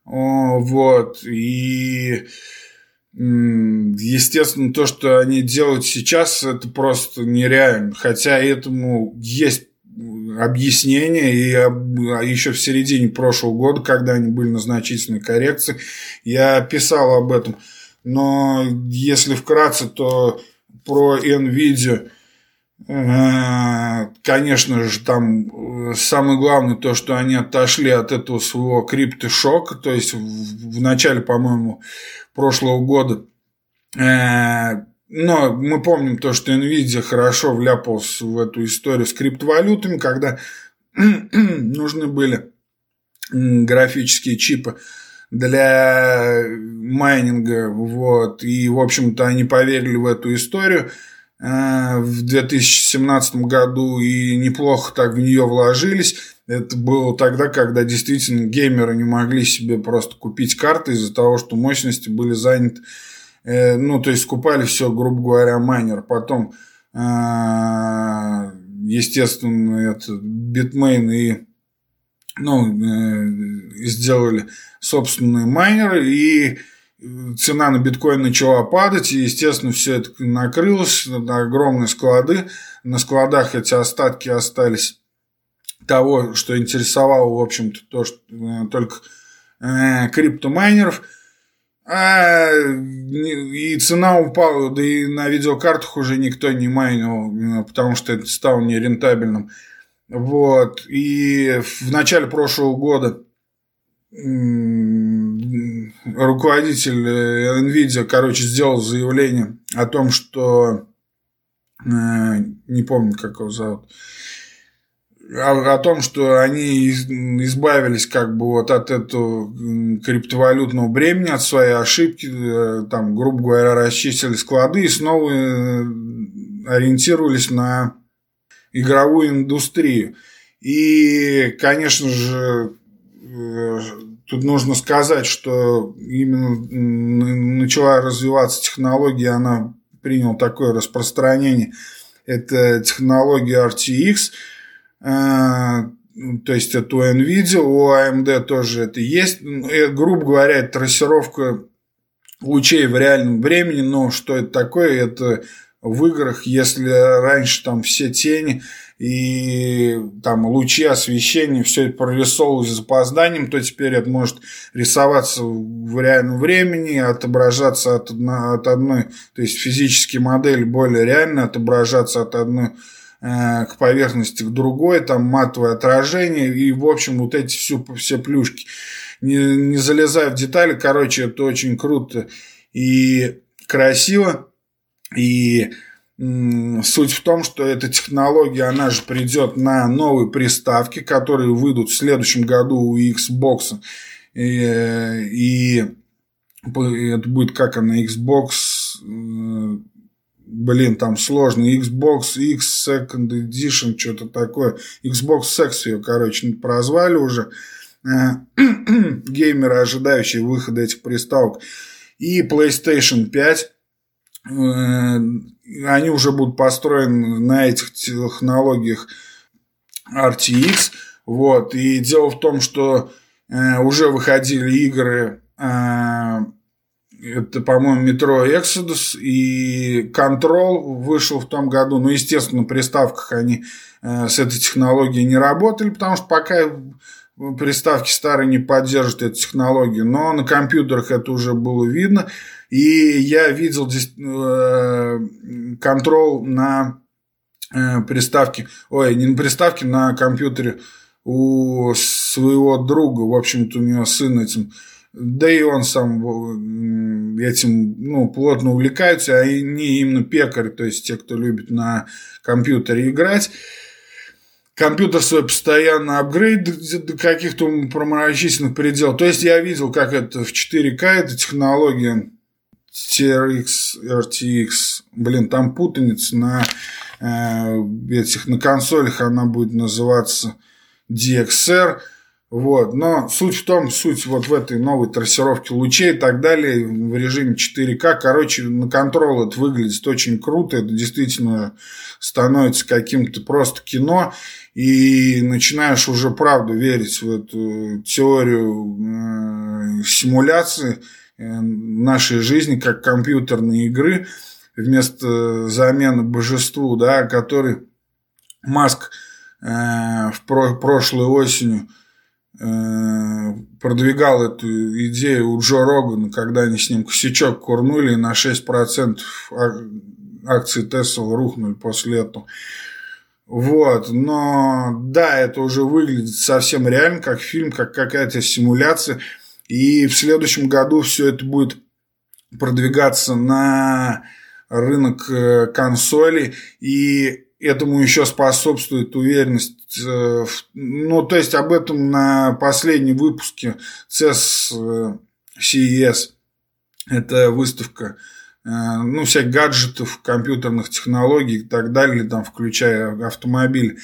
и естественно, то, что они делают сейчас, это просто нереально, хотя этому есть объяснение, и еще в середине прошлого года, когда они были на значительной коррекции, я писал об этом. Но если вкратце, то про Nvidia, конечно же, там самое главное то, что они отошли от этого своего криптошока, то есть в начале, по-моему, прошлого года. Но мы помним то, что Nvidia хорошо вляпался в эту историю с криптовалютами, когда нужны были графические чипы для майнинга. И, в общем-то, они поверили в эту историю в 2017 году и неплохо так в нее вложились. Это было тогда, когда действительно геймеры не могли себе просто купить карты из-за того, что мощности были заняты То есть скупали все, грубо говоря, майнер. Потом, естественно, это Bitmain и сделали собственные майнеры, и цена на биткоин начала падать, и, естественно, все это накрылось на огромные склады. На складах эти остатки остались того, что интересовало, в общем-то, только криптомайнеров. И цена упала, да и на видеокартах уже никто не майнил, потому что это стало нерентабельным. Вот. И в начале прошлого года руководитель NVIDIA, сделал заявление о том, что не помню, как его зовут, о том, что они избавились от этого криптовалютного бремени, от своей ошибки, там, грубо говоря, расчистили склады и снова ориентировались на игровую индустрию. И, конечно же, тут нужно сказать, что именно начала развиваться технология, она приняла такое распространение. Это технология RTX, то есть это у NVIDIA, у AMD тоже это есть. Грубо говоря, это трассировка лучей в реальном времени. Но что это такое? Это в играх, если раньше там все тени и там лучи освещения, все это прорисовывалось с запозданием, то теперь это может рисоваться в реальном времени, отображаться от одной, то есть физические модели более реально отображаться от одной к поверхности к другой, там матовое отражение и, в общем, вот эти все плюшки. Не залезая в детали, это очень круто и красиво. И суть в том, что эта технология, она же придет на новые приставки, которые выйдут в следующем году у Xbox. И это будет как она, Xbox... там сложно. Xbox X Second Edition, что-то такое. Xbox X ее, прозвали уже. Геймеры, ожидающие выхода этих приставок. И PlayStation 5. Они уже будут построены на этих технологиях RTX. Вот. И дело в том, что уже выходили игры... Это, по-моему, Metro Exodus и Control вышел в том году. Естественно, на приставках они с этой технологией не работали, потому что пока приставки старые не поддерживают эту технологию. Но на компьютерах это уже было видно. И я видел Control на приставке, не на приставке, на компьютере у своего друга. В общем-то, у него сын этим... Да и он сам этим плотно увлекается, а они именно пекари, то есть те, кто любит на компьютере играть. Компьютер свой постоянно апгрейд до каких-то промежуточных пределов. То есть я видел, как это в 4К, эта технология RTX. Там путаница на на консолях она будет называться DXR. Вот. Но суть вот в этой новой трассировке лучей и так далее в режиме 4К. На контрол это выглядит очень круто. Это действительно становится каким-то просто кино. И начинаешь уже правда верить в эту теорию симуляции нашей жизни как компьютерной игры вместо замены божеству, который Маск прошлой осенью продвигал эту идею у Джо Рогана, когда они с ним косячок курнули, и на 6% акции Tesla рухнули после этого. Вот. Но да, это уже выглядит совсем реально, как фильм, как какая-то симуляция. И в следующем году все это будет продвигаться на рынок консолей. И этому еще способствует уверенность. То есть об этом на последнем выпуске CES. Это выставка всяких гаджетов, компьютерных технологий и так далее, включая автомобиль,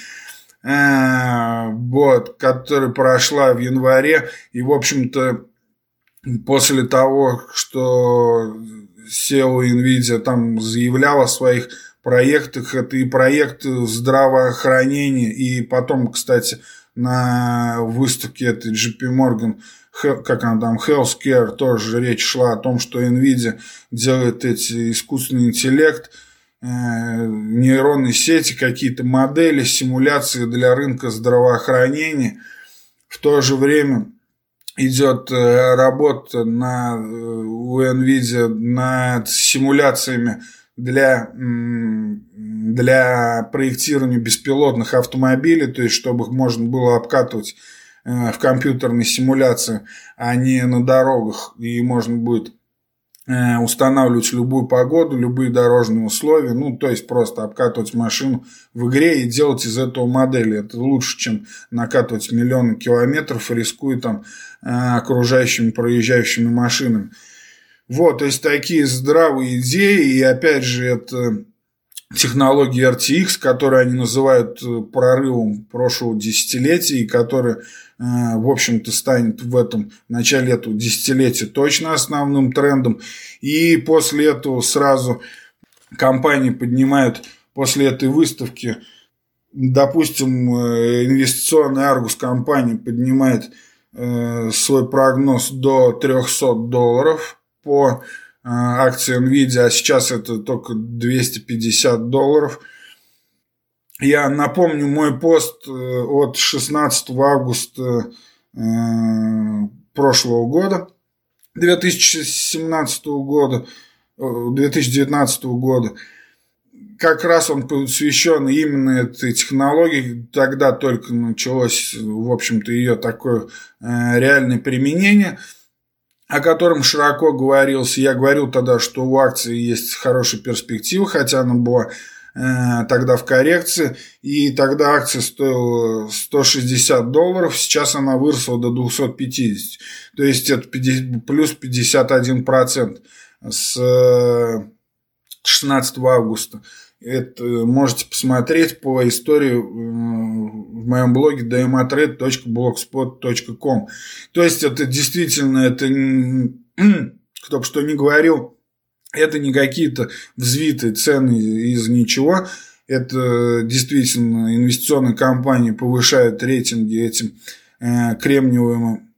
которая прошла в январе. И, в общем-то, после того, что SEO Nvidia там заявлял о своих проектах. Это и проект здравоохранения, и потом, кстати, на выставке этой JP Morgan, как она там, Healthcare, тоже речь шла о том, что Nvidia делает эти искусственный интеллект, нейронные сети, какие-то модели, симуляции для рынка здравоохранения. В то же время идет работа у Nvidia над симуляциями для проектирования беспилотных автомобилей, то есть чтобы их можно было обкатывать в компьютерной симуляции, а не на дорогах, и можно будет устанавливать любую погоду, любые дорожные условия, то есть просто обкатывать машину в игре и делать из этого модели. Это лучше, чем накатывать миллионы километров, рискуя там окружающими, проезжающими машинами. Вот, то есть такие здравые идеи, и опять же это технологии RTX, которые они называют прорывом прошлого десятилетия, и которые, в общем-то, станет в начале этого десятилетия точно основным трендом. И после этого сразу компании поднимают, после этой выставки, допустим, инвестиционная Argus компания поднимает свой прогноз до $300 по акции Nvidia, а сейчас это только $250. Я напомню мой пост от 16 августа прошлого года, 2019 года. Как раз он посвящен именно этой технологии. Тогда только началось, в общем-то, ее такое реальное применение, о котором широко говорилось. Я говорил тогда, что у акции есть хорошие перспективы, хотя она была тогда в коррекции, и тогда акция стоила $160, сейчас она выросла до 250. То есть это плюс 51% с 16 августа. Это можете посмотреть по истории в моем блоге dmotrade.blogspot.com. То есть это действительно, это кто бы что ни говорил, это не какие-то взвитые цены из ничего. Это действительно инвестиционные компании повышают рейтинги этим кремниевым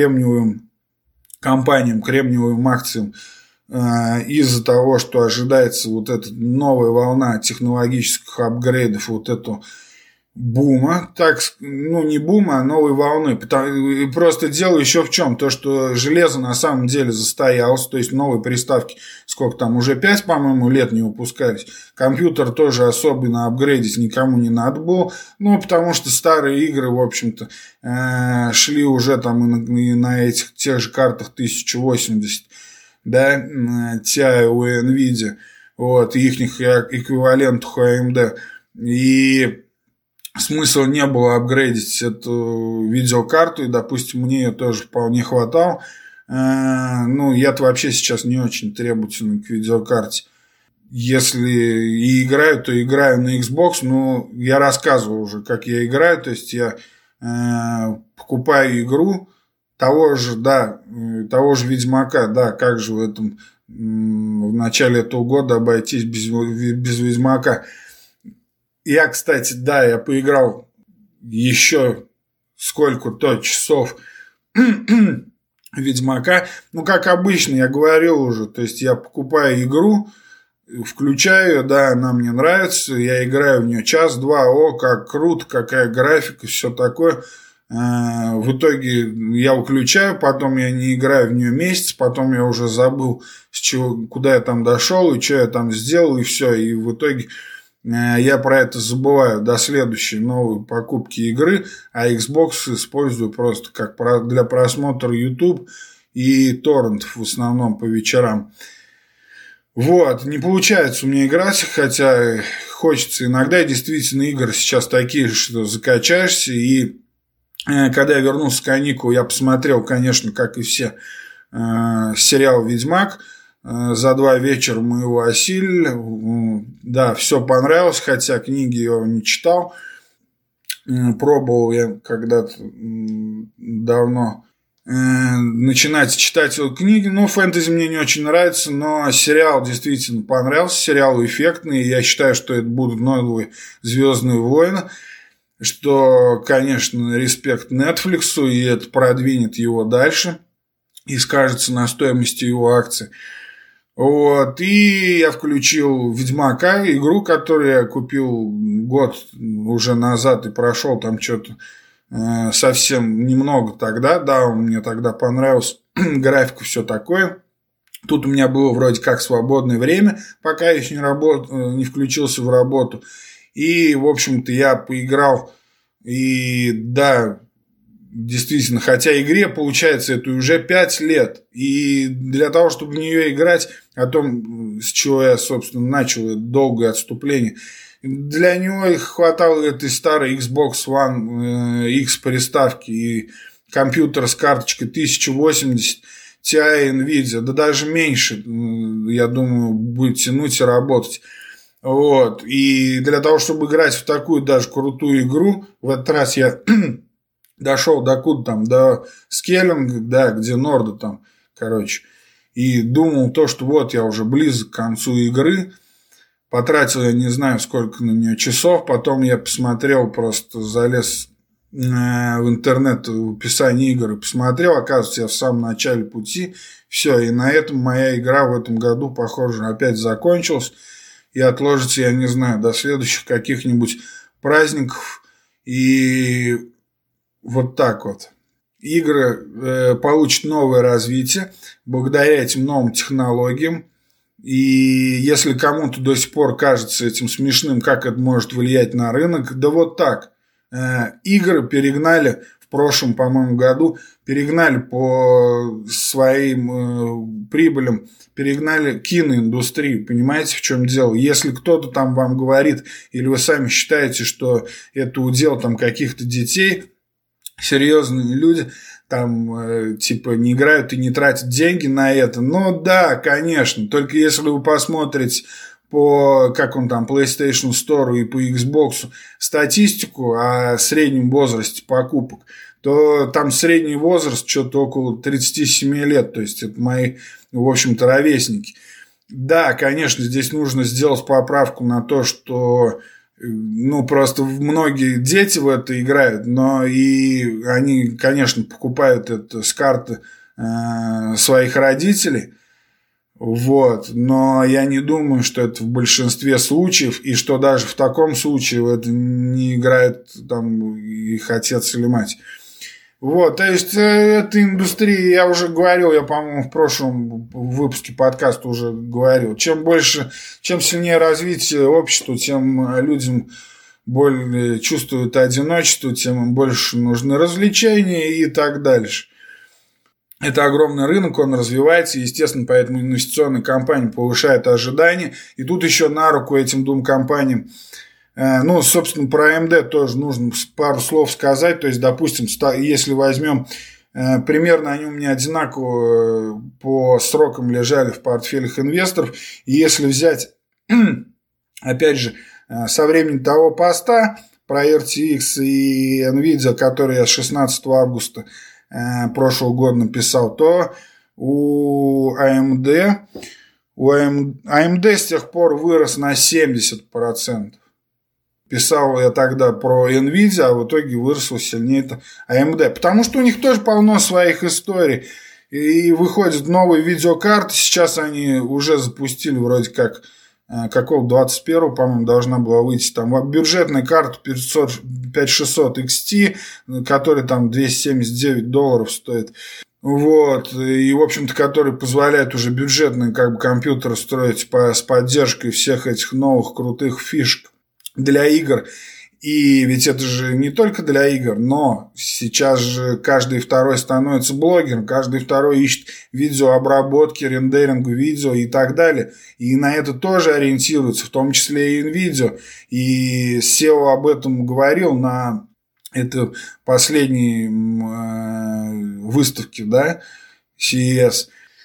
компаниям, кремниевым акциям из-за того, что ожидается вот эта новая волна технологических апгрейдов, вот эту бума, не бума, а новой волны. Просто дело еще в чем? То, что железо на самом деле застоялось, то есть новые приставки, сколько там, уже 5, по-моему, лет не выпускались. Компьютер тоже особенно апгрейдить никому не надо было, потому что старые игры, в общем-то, шли уже там и на этих тех же картах 1080, да, Ti у Nvidia, вот, и их эквивалентах у AMD. И смысла не было апгрейдить эту видеокарту, и, допустим, мне ее тоже вполне хватало. Я-то вообще сейчас не очень требовательный к видеокарте. Если и играю, то играю на Xbox, я рассказывал уже, как я играю, то есть я покупаю игру того же Ведьмака, да, как же в начале этого года обойтись без Ведьмака. Я, кстати, да, я поиграл еще сколько-то часов Ведьмака. Как обычно, я говорил уже, то есть я покупаю игру, включаю ее, да, она мне нравится, я играю в нее час-два, как круто, какая графика, все такое. В итоге я выключаю, потом я не играю в нее месяц, потом я уже забыл, куда я там дошел, и что я там сделал, и все, и в итоге я про это забываю до следующей новой покупки игры, а Xbox использую просто как для просмотра YouTube и торрентов в основном по вечерам. Вот, не получается у меня играть, хотя хочется иногда, и действительно игры сейчас такие, что закачаешься. И когда я вернулся с каникул, я посмотрел, конечно, как и все, сериал «Ведьмак». За 2 вечера мы его осилили. Да, все понравилось, хотя книги я не читал. Пробовал я когда-то давно начинать читать его книги. Ну, фэнтези мне не очень нравится, но сериал действительно понравился. Сериал эффектный. Я считаю, что это будут новые «Звездные войны». Что, конечно, респект Netflix, и это продвинет его дальше и скажется на стоимости его акций. Вот. И я включил «Ведьмака», игру, которую я купил год уже назад и прошел там что-то совсем немного тогда. Да, он мне тогда понравился. Графика, все такое. Тут у меня было вроде как свободное время, пока я еще не включился в работу. И, в общем-то, я поиграл. И да, действительно, хотя игре, получается, это уже 5 лет. И для того, чтобы в нее играть, о том, с чего я, собственно, начал это долгое отступление, для него хватало этой старой Xbox One X приставки и компьютера с карточкой 1080 Ti Nvidia, да даже меньше, я думаю, будет тянуть и работать. Вот. И для того, чтобы играть в такую даже крутую игру, в этот раз я дошел до куда там, до Скеллинга, да, где Норда там, короче. И думал то, что вот я уже близок к концу игры. Потратил я не знаю сколько на нее часов. Потом я посмотрел, просто залез в интернет, в описание игр и посмотрел. Оказывается, я в самом начале пути. Все, и на этом моя игра в этом году, похоже, опять закончилась. И отложится, я не знаю, до следующих каких-нибудь праздников. И вот так вот. Игры получат новое развитие благодаря этим новым технологиям. И если кому-то до сих пор кажется этим смешным, как это может влиять на рынок, да вот так. Игры перегнали в прошлом, по-моему, году, перегнали по своим прибылям, перегнали киноиндустрию. Понимаете, в чем дело? Если кто-то там вам говорит, или вы сами считаете, что это удел там каких-то детей, серьезные люди там типа не играют и не тратят деньги на это. Ну да, конечно, только если вы посмотрите по, как он там, PlayStation Store и по Xbox статистику о среднем возрасте покупок, то там средний возраст что-то около 37 лет, то есть это мои, в общем-то, ровесники. Да, конечно, здесь нужно сделать поправку на то, что ну, просто многие дети в это играют, но и они, конечно, покупают это с карты своих родителей, вот, но я не думаю, что это в большинстве случаев, и что даже в таком случае в это не играет там их отец или мать. Вот, то есть, эта индустрия, я уже говорил, я, по-моему, в прошлом выпуске подкаста уже говорил, чем сильнее развитие общества, тем людям более чувствуют одиночество, тем им больше нужны развлечения и так дальше. Это огромный рынок, он развивается, естественно, поэтому инвестиционные компании повышают ожидания, и тут еще на руку этим двум компаниям. Ну, собственно, про AMD тоже нужно пару слов сказать. То есть, допустим, если возьмем, примерно они у меня одинаково по срокам лежали в портфелях инвесторов. И если взять, опять же, со времени того поста про RTX и NVIDIA, который я 16 августа прошлого года написал, то у AMD с тех пор вырос на 70%. Писал я тогда про NVIDIA, а в итоге выросло сильнее это AMD. Потому что у них тоже полно своих историй. И выходят новые видеокарты. Сейчас они уже запустили вроде как какого 21-го, по-моему, должна была выйти там бюджетная карта 5600 XT, которая там $279 стоит. Вот, и, в общем-то, который позволяет уже бюджетные как бы компьютеры строить с поддержкой всех этих новых крутых фишек для игр. И ведь это же не только для игр, но сейчас же каждый второй становится блогером, каждый второй ищет видеообработки, рендеринг видео и так далее. И на это тоже ориентируется, в том числе и NVIDIA. И SEO об этом говорил на этой последней выставке, да, CES.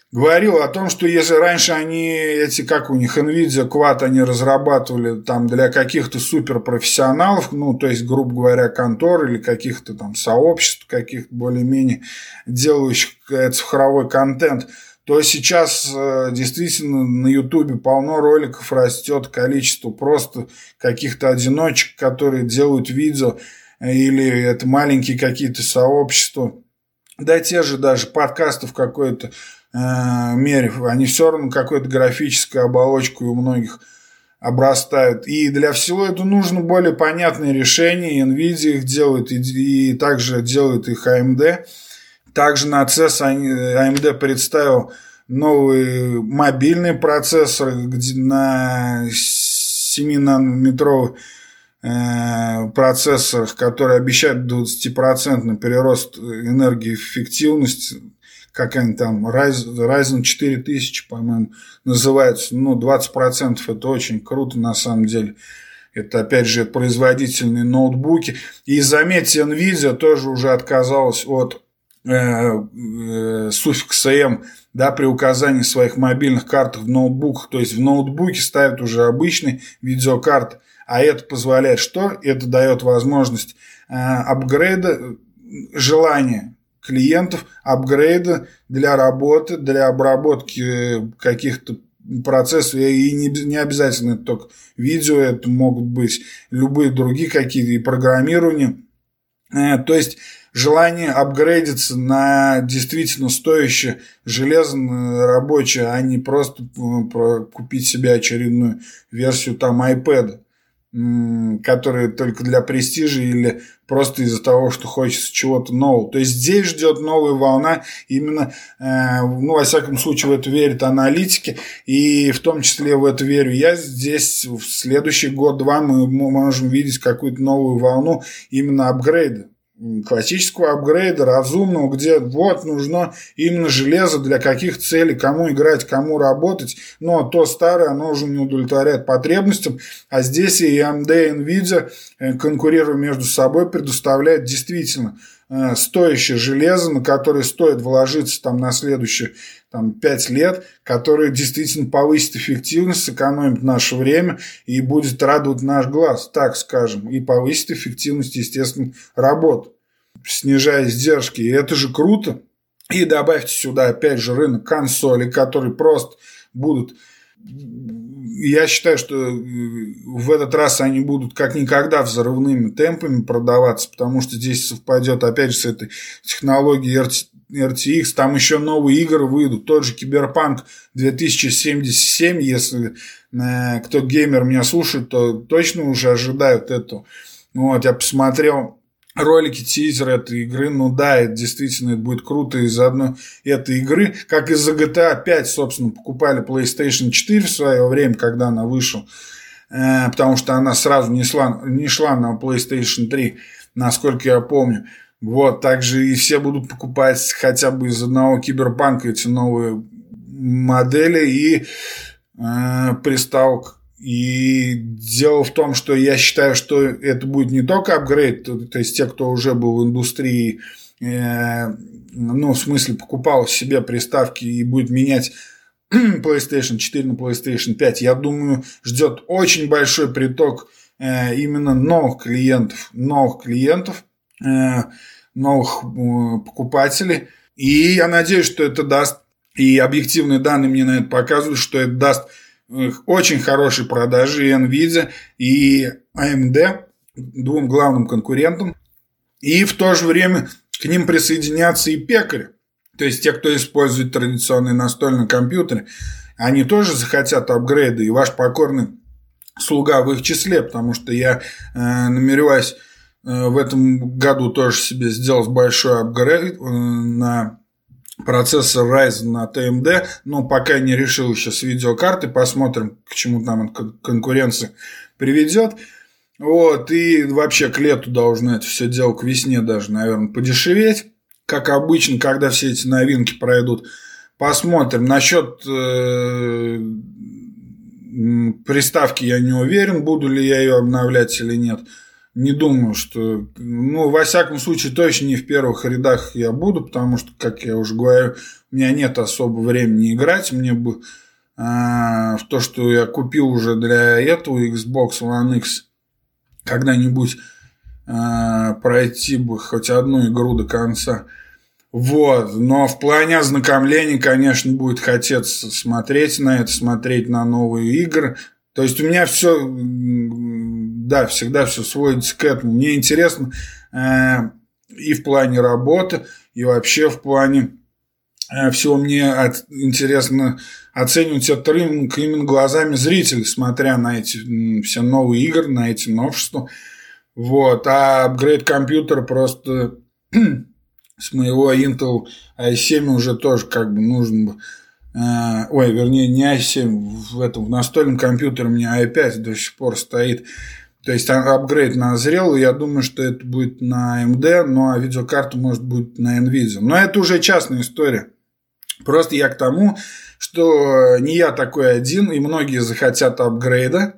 говорил о том, что если раньше они, эти, как у них, NVIDIA Quad, они разрабатывали там для каких-то суперпрофессионалов, ну, то есть, грубо говоря, контор или каких-то там сообществ, каких-то более-менее делающих цифровой контент, то сейчас действительно на Ютубе полно роликов, растет количество просто каких-то одиночек, которые делают видео, или это маленькие какие-то сообщества, да те же даже подкасты в какой-то мере, они все равно какой-то графической оболочкой у многих обрастают. И для всего этого нужно более понятные решения. NVIDIA их делает, и также делает их AMD. Также на CES AMD представил новые мобильные процессоры, где на 7-нанометровых процессорах, которые обещают 20% прирост энергоэффективности, как они там, Ryzen 4000, по-моему, называется, ну, 20% это очень круто на самом деле. Это, опять же, производительные ноутбуки. И заметьте, NVIDIA тоже уже отказалась от суффикса M, да, при указании своих мобильных карт в ноутбуках. То есть в ноутбуке ставят уже обычные видеокарты. А это позволяет что? Это дает возможность апгрейда, желание клиентов, апгрейда для работы, для обработки каких-то процессов. И не обязательно это только видео, это могут быть любые другие какие-то и программирования. То есть желание апгрейдиться на действительно стоящее железо рабочее, а не просто купить себе очередную версию там iPad, которые только для престижа или просто из-за того, что хочется чего-то нового. То есть здесь ждет новая волна, именно, ну, во всяком случае, в это верят аналитики, и в том числе в это верю я. Здесь в следующий год-два мы можем видеть какую-то новую волну именно апгрейда. Классического апгрейда, разумного, где вот нужно именно железо для каких целей, кому играть, кому работать, но то старое, оно уже не удовлетворяет потребностям, а здесь и AMD, и NVIDIA, конкурируя между собой, предоставляют действительно стоящее железо, на которое стоит вложиться там на следующие 5 лет, которое действительно повысит эффективность, сэкономит наше время и будет радовать наш глаз, так скажем, и повысит эффективность, естественно, работы, снижая издержки. И это же круто. И добавьте сюда, опять же, рынок консолей, которые просто будут... Я считаю, что в этот раз они будут как никогда взрывными темпами продаваться, потому что здесь совпадет, опять же, с этой технологией RTX. Там еще новые игры выйдут. Тот же Cyberpunk 2077, если кто геймер меня слушает, то точно уже ожидают этого. Вот, я посмотрел ролики, тизер этой игры, ну да, это действительно это будет круто из-за одной этой игры, как из-за GTA 5, собственно, покупали PlayStation 4 в свое время, когда она вышла, потому что она сразу не шла на PlayStation 3, насколько я помню. Вот, также и все будут покупать хотя бы из одного Киберпанка эти новые модели и приставок. И дело в том, что я считаю, что это будет не только апгрейд, то есть те, кто уже был в индустрии, ну, в смысле, покупал себе приставки и будет менять PlayStation 4 на PlayStation 5, я думаю, ждет очень большой приток именно новых клиентов, новых покупателей. И я надеюсь, что это даст, и объективные данные мне на это показывают, что это даст очень хорошие продажи и NVIDIA, и AMD, двум главным конкурентам. И в то же время к ним присоединятся и пекари. То есть те, кто использует традиционные настольные компьютеры, они тоже захотят апгрейда, и ваш покорный слуга в их числе, потому что я намереваюсь в этом году тоже себе сделать большой апгрейд на процессор Ryzen от AMD, но пока не решил еще с видеокартой, посмотрим, к чему там конкуренция приведет. Вот, и вообще к лету должно это все дело, к весне даже, наверное, подешеветь, как обычно, когда все эти новинки пройдут. Посмотрим. Насчет приставки я не уверен, буду ли я ее обновлять или нет. не думаю, что... Ну, во всяком случае, точно не в первых рядах я буду, потому что, как я уже говорю, у меня нет особо времени играть. Мне бы в то, что я купил уже для этого Xbox One X, когда-нибудь пройти бы хоть одну игру до конца. Вот. Но в плане ознакомления, конечно, будет хотеться смотреть на это, смотреть на новые игры. То есть у меня все, да, всегда все сводится к этому. Мне интересно и в плане работы, и вообще в плане всего мне интересно оценивать этот рынок именно глазами зрителей, смотря на эти все новые игры, на эти новшества. Вот. А апгрейд компьютера просто с моего Intel i7 уже тоже как бы нужен бы. Ой, вернее, не i7, в настольном компьютере у меня i5 до сих пор стоит. То есть апгрейд назрел, и я думаю, что это будет на AMD, ну а видеокарта может быть на NVIDIA. Но это уже частная история. Просто я к тому, что не я такой один, и многие захотят апгрейда.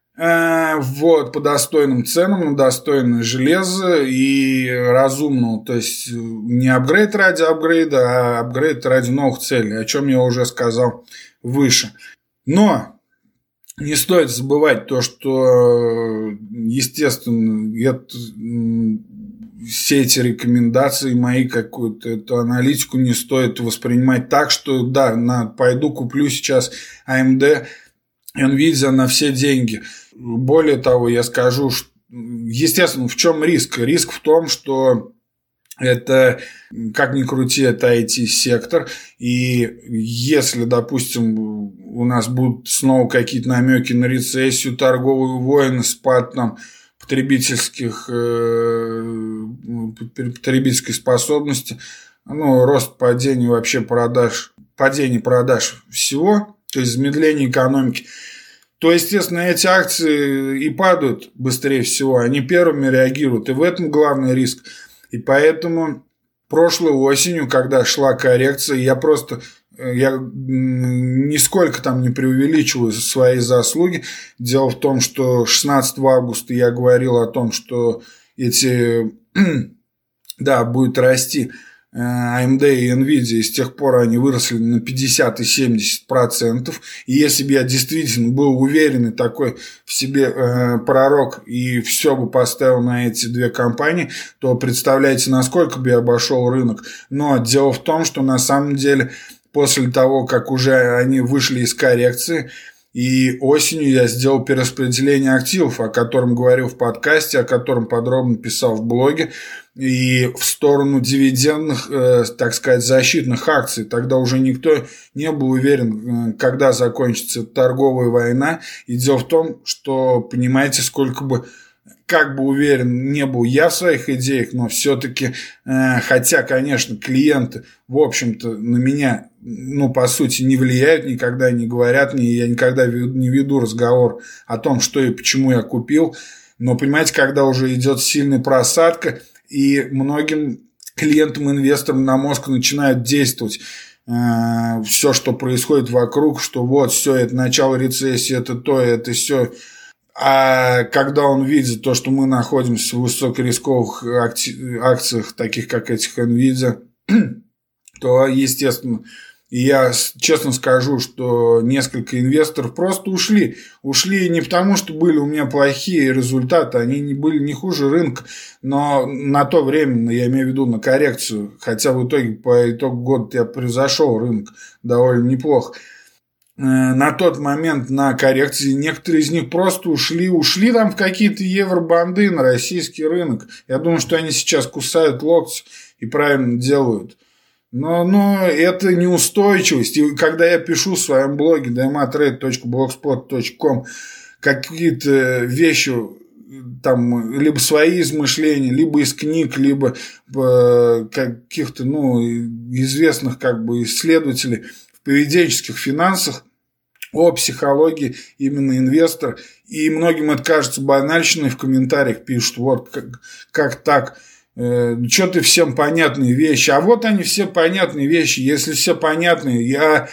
Вот, по достойным ценам, на достойное железо и разумного. То есть не апгрейд ради апгрейда, а апгрейд ради новых целей, о чем я уже сказал выше. Но не стоит забывать то, что, естественно, все эти рекомендации мои, какую-то эту аналитику не стоит воспринимать так, что да, пойду куплю сейчас AMD, NVIDIA на все деньги. Более того, я скажу, что, естественно, в чем риск? Риск в том, что это, как ни крути, это IT-сектор. И если, допустим, у нас будут снова какие-то намеки на рецессию, торговые войны, спад там потребительской способности, ну, рост, падение вообще продаж, падение продаж всего, то есть замедление экономики, то, естественно, эти акции и падают быстрее всего, они первыми реагируют, и в этом главный риск. И поэтому прошлой осенью, когда шла коррекция, я нисколько там не преувеличиваю свои заслуги. Дело в том, что 16 августа я говорил о том, что будет расти AMD и NVIDIA, и с тех пор они выросли на 50 и 70%. И если бы я действительно был уверенный такой в себе пророк и все бы поставил на эти две компании, то представляете, насколько бы я обошел рынок. Но дело в том, что на самом деле после того, как уже они вышли из коррекции, и осенью я сделал перераспределение активов, о котором говорил в подкасте, о котором подробно писал в блоге, и в сторону дивидендных, так сказать, защитных акций. Тогда уже никто не был уверен, когда закончится торговая война. И дело в том, что, понимаете, как бы уверен не был я в своих идеях, но все-таки, хотя, конечно, клиенты, в общем-то, на меня, по сути, не влияют, никогда не говорят мне, я никогда не веду разговор о том, что и почему я купил, но, понимаете, когда уже идет сильная просадка, и многим клиентам, инвесторам на мозг начинают действовать все, что происходит вокруг, что вот, все, это начало рецессии, это то, это все. А когда он видит то, что мы находимся в высокорисковых акциях, таких как этих NVIDIA, то, естественно, и я честно скажу, что несколько инвесторов просто ушли. Ушли не потому, что были у меня плохие результаты, они были не хуже рынка, но на то время, я имею в виду на коррекцию, хотя в итоге по итогу года я превзошел рынок довольно неплохо. На тот момент на коррекции некоторые из них просто ушли там в какие-то евробанды на российский рынок. Я думаю, что они сейчас кусают локти и правильно делают. Но это неустойчивость. И когда я пишу в своем блоге dmatrade.blogspot.com какие-то вещи, там, либо свои измышления, либо из книг, либо каких-то, известных исследователей в поведенческих финансах, о психологии именно инвестора. И многим это кажется банальщиной, в комментариях пишут, вот как так, что-то всем понятные вещи. А вот они все понятные вещи. Если все понятные, я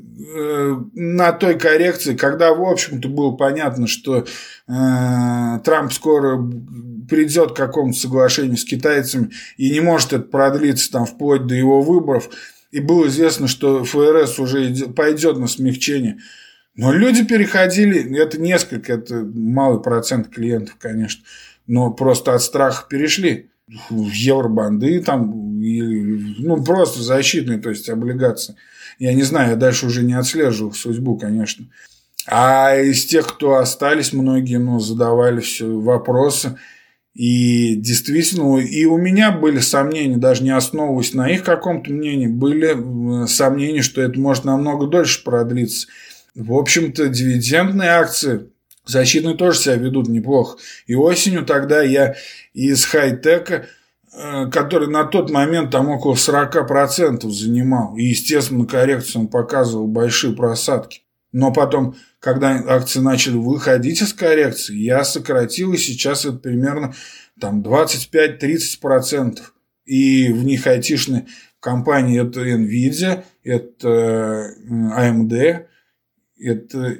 на той коррекции, когда, в общем-то, было понятно, что Трамп скоро придет к какому-то соглашению с китайцами и не может это продлиться там вплоть до его выборов, и было известно, что ФРС уже пойдет на смягчение. Но люди переходили, это несколько, это малый процент клиентов, конечно, но просто от страха перешли в евробанды, там, ну, просто защитные, то есть облигации. Я не знаю, я дальше уже не отслеживал судьбу, конечно. А из тех, кто остались, многие, ну, задавали все вопросы. И действительно, и у меня были сомнения, даже не основываясь на их каком-то мнении, были сомнения, что это может намного дольше продлиться. В общем-то, дивидендные акции защитные тоже себя ведут неплохо. И осенью тогда я из хай-тека, который на тот момент там около 40% занимал, и, естественно, на коррекцию он показывал большие просадки. Но потом, когда акции начали выходить из коррекции, я сократил, и сейчас это примерно там 25-30%. И в них айтишные компании это NVIDIA, это AMD, это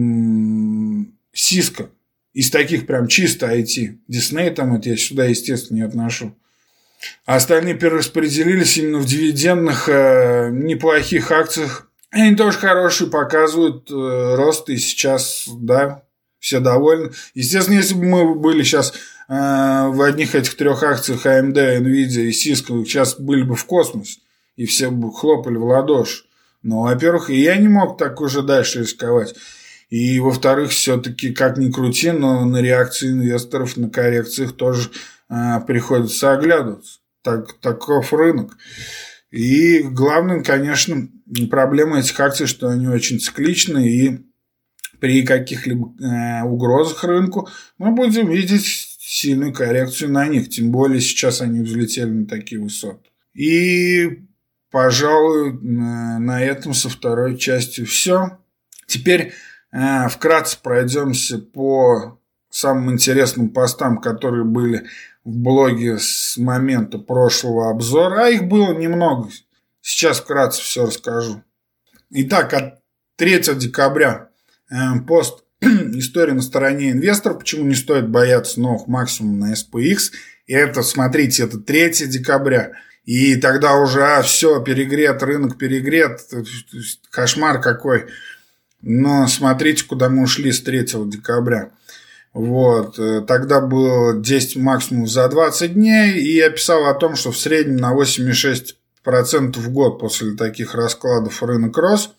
Cisco. Из таких прям чисто IT. Disney там это я сюда, естественно, не отношу. А остальные перераспределились именно в дивидендных неплохих акциях. Они тоже хорошие, показывают рост, и сейчас, да, все довольны. Естественно, если бы мы были сейчас в одних этих трех акциях AMD, NVIDIA и Cisco, сейчас были бы в космосе, и все бы хлопали в ладоши. Но, во-первых, и я не мог так уже дальше рисковать. И, во-вторых, все-таки, как ни крути, но на реакции инвесторов, на коррекциях тоже приходится оглядываться. Таков рынок. И главное, конечно, проблема этих акций, что они очень цикличны, и при каких-либо угрозах рынку мы будем видеть сильную коррекцию на них. Тем более сейчас они взлетели на такие высоты. И, пожалуй, на этом со второй частью все. Теперь вкратце пройдемся по самым интересным постам, которые были в блоге с момента прошлого обзора, а их было немного. Сейчас вкратце все расскажу. Итак, от 3 декабря пост «История на стороне инвесторов. Почему не стоит бояться новых максимумов на SPX». И это, смотрите, это 3 декабря. И тогда уже все, перегрет, рынок перегрет, кошмар какой. Но смотрите, куда мы ушли с 3 декабря. Вот. Тогда было 10 максимумов за 20 дней, и я писал о том, что в среднем на 8,6% в год после таких раскладов рынок рос.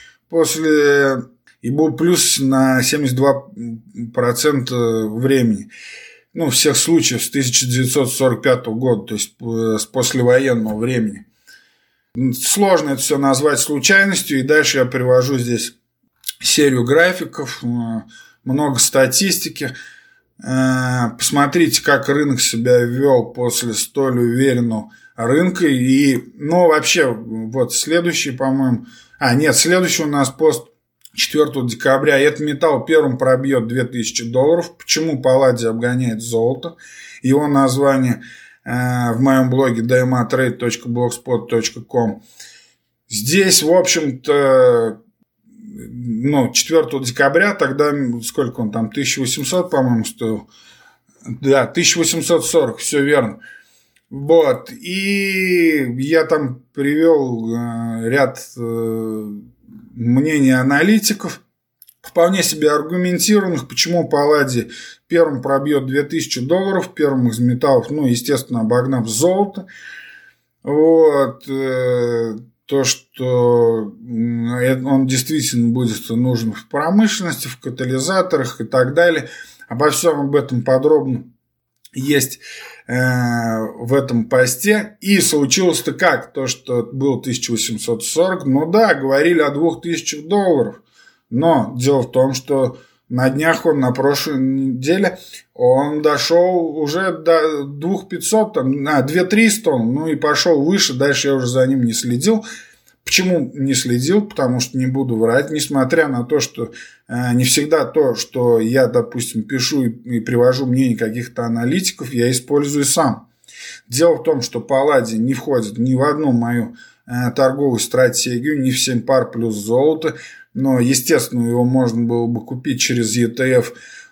И был плюс на 72% времени. Ну, всех случаев с 1945 года, то есть с послевоенного времени. Сложно это все назвать случайностью, и дальше я привожу здесь серию графиков, много статистики. Посмотрите, как рынок себя вел после столь уверенного рынка. И, ну, вообще, вот следующий, по-моему... следующий у нас пост 4 декабря. Это металл первым пробьет $2000. Почему палладий обгоняет золото? Его название в моем блоге dmatrade.blogspot.com. Здесь, в общем-то... 4 декабря, тогда, сколько он там, 1800, по-моему, стоил. Да, 1840, все верно. Вот, и я там привел ряд мнений аналитиков, вполне себе аргументированных, почему палладий первым пробьет $2000, первым из металлов, естественно, обогнав золото. Вот, то, что он действительно будет нужен в промышленности, в катализаторах и так далее. Обо всем об этом подробно есть в этом посте. И случилось-то как? То, что было 1840, говорили о $2000. Но дело в том, что на днях на прошлой неделе, он дошел уже до 2500, 2300, и пошел выше, дальше я уже за ним не следил. Почему не следил? Потому что не буду врать, несмотря на то, что не всегда то, что я, допустим, пишу и привожу мнение каких-то аналитиков, я использую сам. Дело в том, что палладий не входит ни в одну мою торговую стратегию, ни в 7 пар плюс золото. Но, естественно, его можно было бы купить через ETF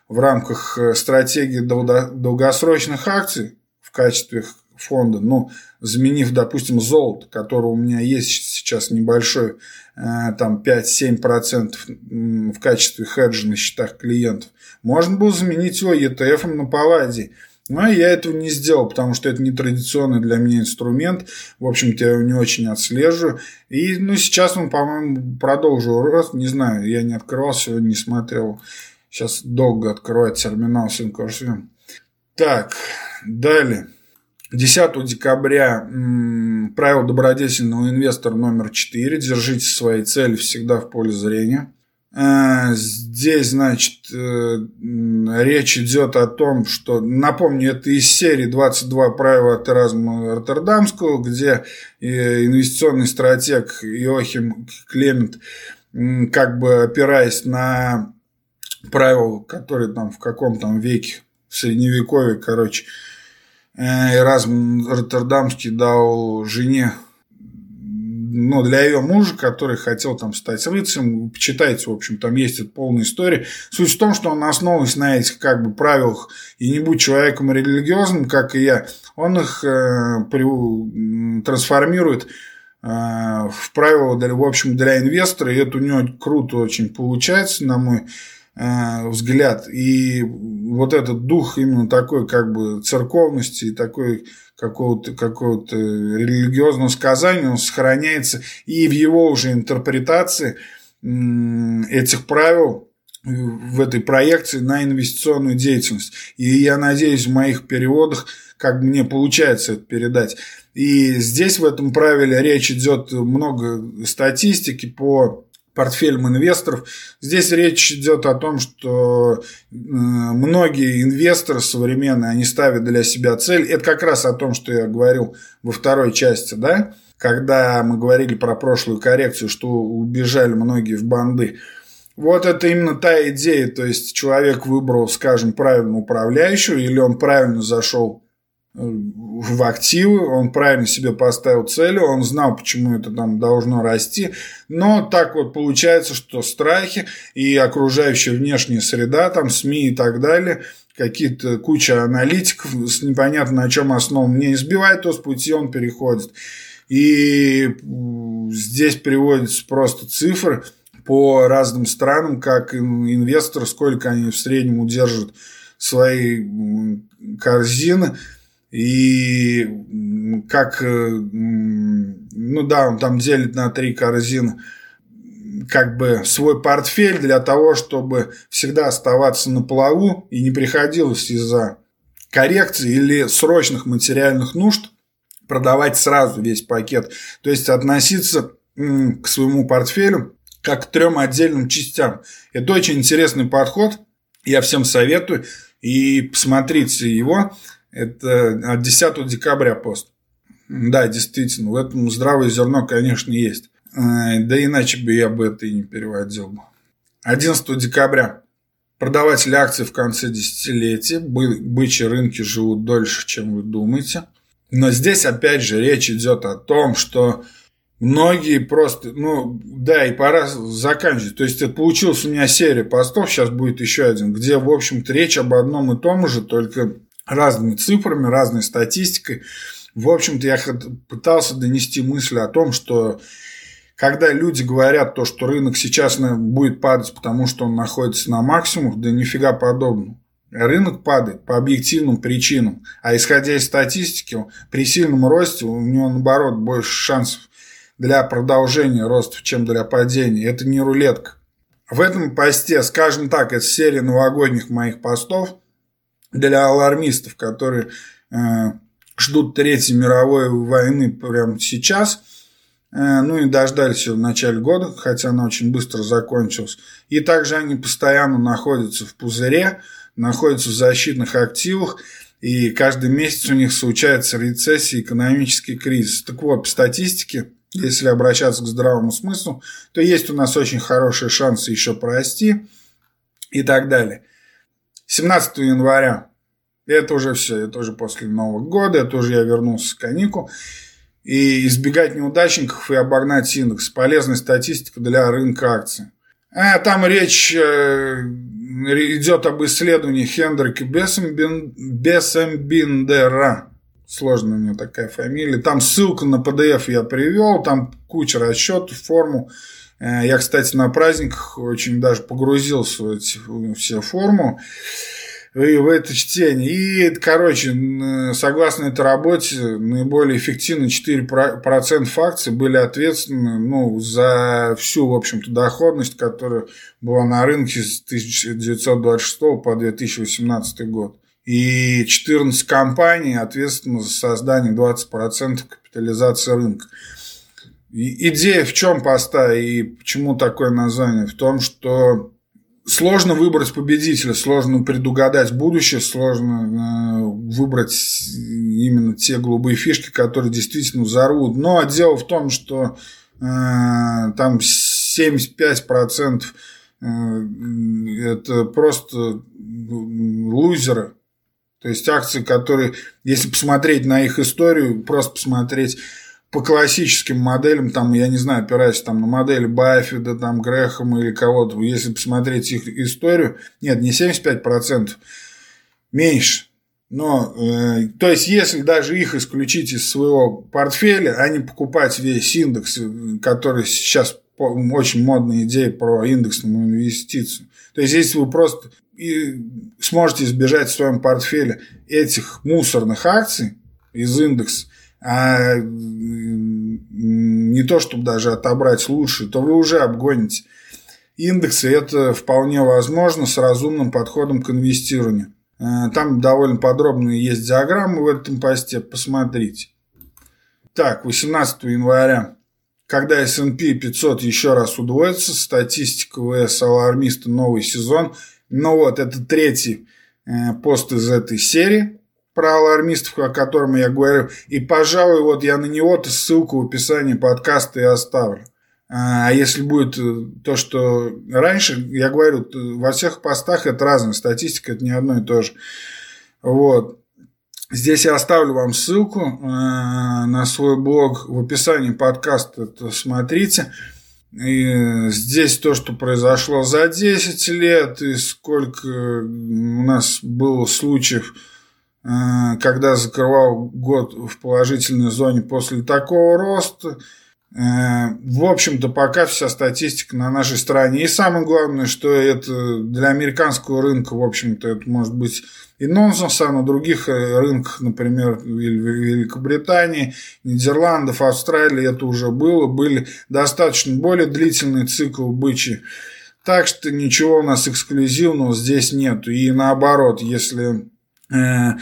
в рамках стратегии долгосрочных акций в качестве фонда, ну, заменив, допустим, золото, которое у меня есть сейчас небольшой, там 5-7% в качестве хеджа на счетах клиентов, можно было заменить его ETF на Палладий. Но я этого не сделал, потому что это не традиционный для меня инструмент. В общем-то, я его не очень отслеживаю. И сейчас он, по-моему, продолжил рост. Не знаю, я не открывал сегодня, не смотрел. Сейчас долго открывать терминал Синкорсвим. Так, далее. 10 декабря правило добродетельного инвестора номер 4. Держите свои цели всегда в поле зрения. Здесь, значит, речь идет о том, что, напомню, это из серии 22 правила от Эразма Роттердамского, где инвестиционный стратег Иохим Клемент, как бы опираясь на правила, которые там в каком-то веке, в средневековье, короче, Эразм Роттердамский дал жене, ну, для ее мужа, который хотел там стать рыцарем. Почитайте, в общем, там есть эта полная история. Суть в том, что он основываясь на этих как бы правилах и не будь человеком религиозным, как и я, он их трансформирует в правила, в общем, для инвестора, и это у него круто очень получается, на мой взгляд. И вот этот дух именно такой как бы церковности и такой какого-то религиозного сказания, он сохраняется и в его уже интерпретации этих правил в этой проекции на инвестиционную деятельность. И я надеюсь, в моих переводах как мне получается это передать. И здесь в этом правиле речь идет много статистики по портфелям инвесторов. Здесь речь идет о том, что многие инвесторы современные, они ставят для себя цель. Это как раз о том, что я говорил во второй части, да, когда мы говорили про прошлую коррекцию, что убежали многие в банды. Вот это именно та идея, то есть человек выбрал, скажем, правильного управляющего, или он правильно зашел в активы, он правильно себе поставил цели, он знал, почему это там должно расти, но так вот получается, что страхи и окружающая внешняя среда, там СМИ и так далее, какие-то куча аналитиков с непонятно на чем основам не избивает, то с пути он переходит. И здесь приводятся просто цифры по разным странам, как инвесторы, сколько они в среднем удерживают свои корзины. И как, ну да, он там делит на 3 корзины как бы свой портфель для того, чтобы всегда оставаться на плаву и не приходилось из-за коррекции или срочных материальных нужд продавать сразу весь пакет. То есть относиться к своему портфелю как к 3 отдельным частям. Это очень интересный подход. Я всем советую. И посмотрите его. Это от 10 декабря пост. Да, действительно, в этом здравое зерно, конечно, есть. Да иначе бы я бы это и не переводил. 11 декабря. Продаватели акций в конце десятилетия. Бычьи рынки живут дольше, чем вы думаете. Но здесь, опять же, речь идет о том, что многие просто, ну, да, и пора заканчивать. То есть, это получилась у меня серия постов, сейчас будет еще один, где, в общем-то, речь об одном и том же, только разными цифрами, разной статистикой. В общем-то, я пытался донести мысль о том, что когда люди говорят то, что рынок сейчас будет падать, потому что он находится на максимумах, да нифига подобного. Рынок падает по объективным причинам. А исходя из статистики, при сильном росте у него, наоборот, больше шансов для продолжения роста, чем для падения. Это не рулетка. В этом посте, скажем так, это серия новогодних моих постов для алармистов, которые ждут Третьей мировой войны прямо сейчас. Ну и дождались ее в начале года, хотя она очень быстро закончилась. И также они постоянно находятся в пузыре, находятся в защитных активах, и каждый месяц у них случается рецессия, экономический кризис. Так вот, по статистике, если обращаться к здравому смыслу, то есть у нас очень хорошие шансы еще прорасти и так далее. 17 января, это уже все, это уже после Нового года, это уже я вернулся с каникул. И избегать неудачников и обогнать индекс. Полезная статистика для рынка акций. Там речь идет об исследовании Хендрика Бессембиндера. Сложная у него такая фамилия. Там ссылку на PDF я привел, там куча расчетов, формул. Я, кстати, на праздниках очень даже погрузился в эти все формулы и в это чтение. И, короче, согласно этой работе, наиболее эффективно 4% акций были ответственны за всю, в общем-то, доходность, которая была на рынке с 1926 по 2018 год. И 14 компаний ответственны за создание 20% капитализации рынка. И идея в чем поста и почему такое название? В том, что сложно выбрать победителя, сложно предугадать будущее, сложно выбрать именно те голубые фишки, которые действительно взорвут. Но дело в том, что там 75% это просто лузеры. То есть акции, которые, если посмотреть на их историю, просто посмотреть по классическим моделям, там, я не знаю, опираясь там на модели Баффета, там, Грэхэма или кого-то, если посмотреть их историю, нет, не 75%, меньше. Но, то есть, если даже их исключить из своего портфеля, а не покупать весь индекс, который сейчас очень модная идея про индексную инвестицию. То есть, если вы просто сможете избежать в своем портфеле этих мусорных акций из индекса, а не то, чтобы даже отобрать лучшие, то вы уже обгоните индексы. Это вполне возможно с разумным подходом к инвестированию. Там довольно подробно есть диаграммы в этом посте, посмотрите. Так, 18 января, когда S&P 500 еще раз удвоится, статистика ВС алармиста, новый сезон. Ну вот, это третий пост из этой серии про алармистов, о котором я говорю. И, пожалуй, вот я на него-то ссылку в описании подкаста и оставлю. А если будет то, что раньше, я говорю, во всех постах это разная статистика, это не одно и то же. Вот. Здесь я оставлю вам ссылку на свой блог в описании подкаста, это смотрите. И здесь то, что произошло за 10 лет, и сколько у нас было случаев, когда закрывал год в положительной зоне после такого роста. В общем-то, пока вся статистика на нашей стороне. И самое главное, что это для американского рынка, в общем-то, это может быть и нонсенс, а на других рынках, например, в Великобритании, Нидерландов, Австралии это уже было. Были достаточно более длительные циклы бычьи. Так что ничего у нас эксклюзивного здесь нет. И наоборот, если в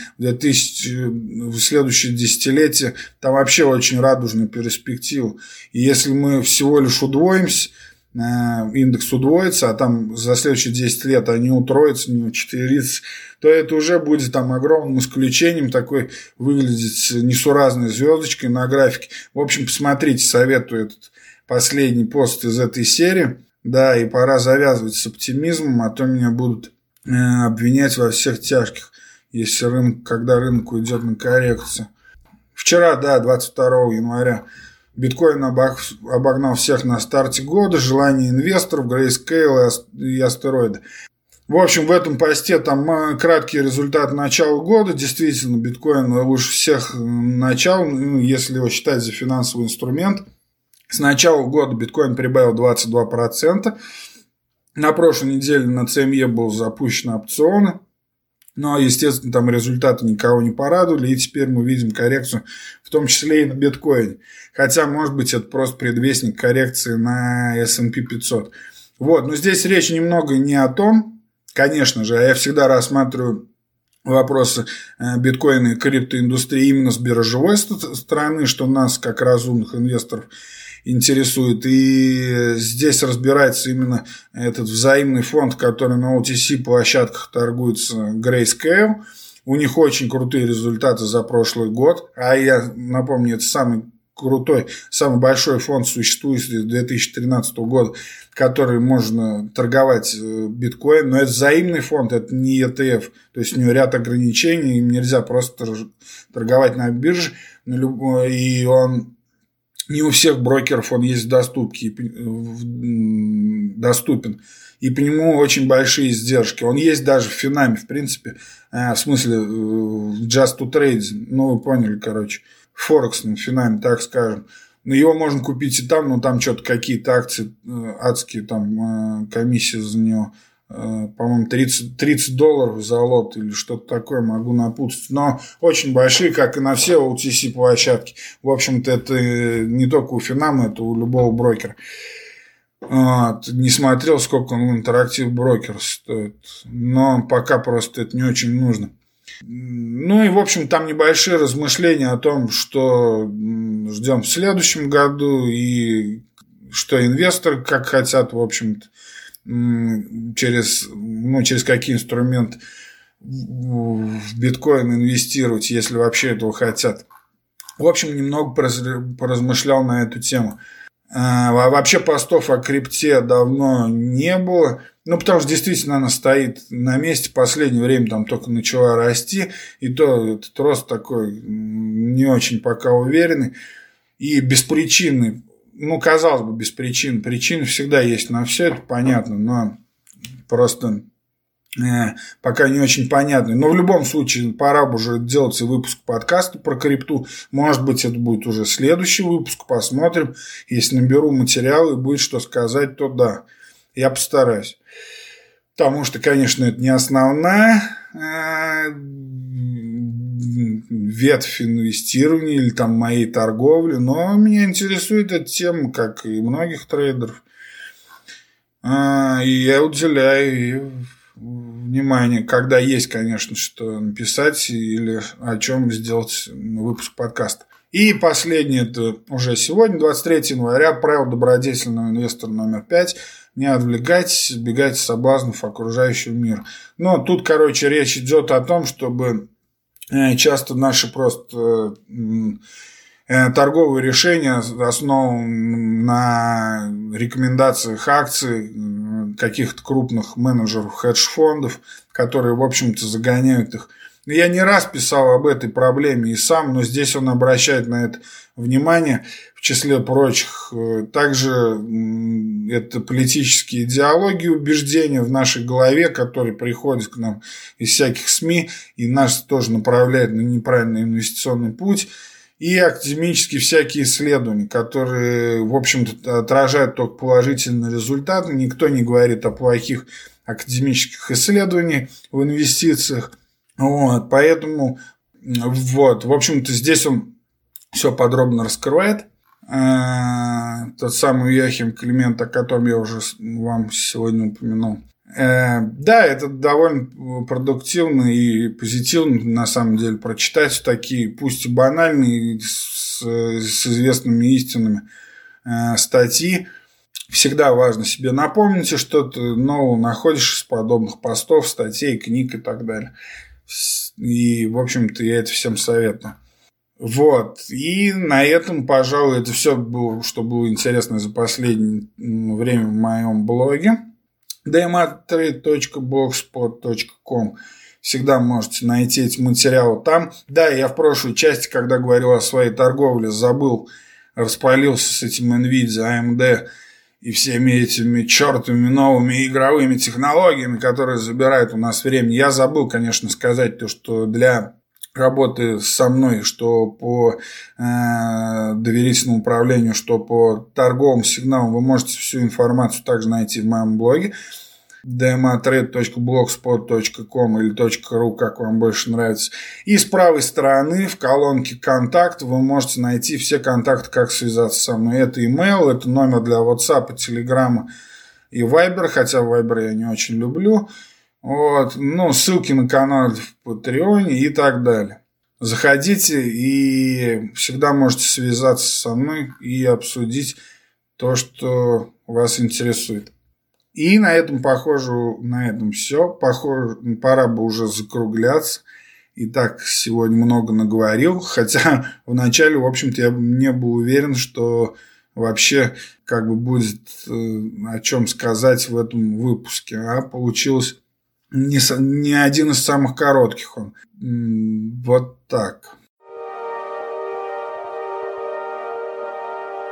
следующее десятилетие там вообще очень радужная перспектива. И если мы всего лишь удвоимся, индекс удвоится, а там за следующие 10 лет они утроятся, не учетверится, то это уже будет там огромным исключением, такой выглядеть несуразной звездочкой на графике. В общем, посмотрите, советую этот последний пост из этой серии. Да, и пора завязывать с оптимизмом, а то меня будут обвинять во всех тяжких, если когда рынок уйдет на коррекцию. Вчера, 22 января, биткоин обогнал всех на старте года, желание инвесторов, Grayscale и астероиды. В общем, в этом посте там краткий результат начала года. Действительно, биткоин лучше всех начал, если его считать за финансовый инструмент. С начала года биткоин прибавил 22%. На прошлой неделе на CME был запущен опционы. Но, естественно, там результаты никого не порадовали, и теперь мы видим коррекцию, в том числе и на биткоине. Хотя, может быть, это просто предвестник коррекции на S&P 500. Вот, но здесь речь немного не о том, конечно же, я всегда рассматриваю вопросы биткоина и криптоиндустрии именно с биржевой стороны, что нас, как разумных инвесторов, интересует. И здесь разбирается именно этот взаимный фонд, который на OTC-площадках торгуется, Grayscale. У них очень крутые результаты за прошлый год. А я напомню, это самый крутой, самый большой фонд существует с 2013 года, который можно торговать биткоин. Но это взаимный фонд, это не ETF. То есть у него ряд ограничений, им нельзя просто торговать на бирже. И он не у всех брокеров он есть доступен, и по нему очень большие издержки. Он есть даже в Финаме, в принципе, в смысле Just to Trade, ну вы поняли, короче, Форексном Финаме, так скажем. Но его можно купить и там, но там что-то какие-то акции адские, там комиссия за него, по-моему, $30 за лот или что-то такое, могу напутать. Но очень большие, как и на все OTC площадки. В общем-то, это не только у Финама, это у любого брокера. Не смотрел, сколько он в Interactive Brokers стоит. Но пока просто это не очень нужно. Ну и, в общем, там небольшие размышления о том, что ждем в следующем году и что инвесторы как хотят, в общем-то, через какие инструменты в биткоин инвестировать, если вообще этого хотят. В общем, немного поразмышлял на эту тему. Вообще постов о крипте давно не было. Ну, потому что действительно она стоит на месте. В последнее время там только начала расти. И то этот рост такой не очень пока уверенный. И беспричинный. Ну, казалось бы, без причин. Причины всегда есть на все, это понятно. Но просто пока не очень понятно. Но в любом случае пора бы уже делать выпуск подкаста про крипту. Может быть, это будет уже следующий выпуск. Посмотрим. Если наберу материалы и будет что сказать, то да. Я постараюсь. Потому что, конечно, это не основная ветвь инвестирования или там моей торговли. Но меня интересует эта тема, как и многих трейдеров. И я уделяю внимание, когда есть, конечно, что написать или о чем сделать выпуск подкаста. И последнее, это уже сегодня, 23 января, правило добродетельного инвестора номер 5. Не отвлекайтесь, избегайте соблазнов окружающего мира. Но тут, короче, речь идет о том, чтобы часто наши просто торговые решения основаны на рекомендациях акций каких-то крупных менеджеров хедж-фондов, которые, в общем-то, загоняют их. Я не раз писал об этой проблеме и сам, но здесь он обращает на это внимание, в числе прочих. Также это политические идеологии, убеждения в нашей голове, которые приходят к нам из всяких СМИ и нас тоже направляют на неправильный инвестиционный путь. И академические всякие исследования, которые, в общем-то, отражают только положительные результаты. Никто не говорит о плохих академических исследованиях в инвестициях. Вот, поэтому, в общем-то, здесь он все подробно раскрывает. Тот самый Йоахим Климент, о котором я уже вам сегодня упомянул. Да, это довольно продуктивно и позитивно, на самом деле, прочитать такие, пусть и банальные, с известными истинами статьи. Всегда важно себе напомнить, что-то новое находишь из подобных постов, статей, книг и так далее. И, в общем-то, я это всем советую. Вот. И на этом, пожалуй, это все было, что было интересно за последнее время в моем блоге. dmatrade.blogspot.com. Всегда можете найти эти материалы там. Да, я в прошлой части, когда говорил о своей торговле, забыл, распалился с этим NVIDIA, AMD и всеми этими чертовыми новыми игровыми технологиями, которые забирают у нас время. Я забыл, конечно, сказать то, что для работы со мной, что по доверительному управлению, что по торговым сигналам, вы можете всю информацию также найти в моем блоге dmatrade.blogspot.com или .ru, как вам больше нравится. И с правой стороны в колонке «Контакт» вы можете найти все контакты, как связаться со мной. Это email, это номер для WhatsApp, Telegram и Viber, хотя Viber я не очень люблю. Вот. Ну, ссылки на канал в Patreon и так далее. Заходите и всегда можете связаться со мной и обсудить то, что вас интересует. И на этом, все. Похоже, пора бы уже закругляться. И так сегодня много наговорил. Хотя вначале, в общем-то, я не был уверен, что вообще как бы будет о чем сказать в этом выпуске. А получилось не один из самых коротких он. Вот так.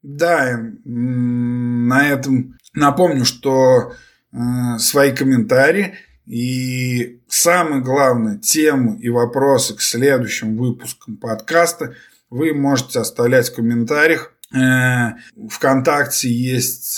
Да, на этом напомню, что свои комментарии и самое главное, темы и вопросы к следующим выпускам подкаста вы можете оставлять в комментариях. ВКонтакте есть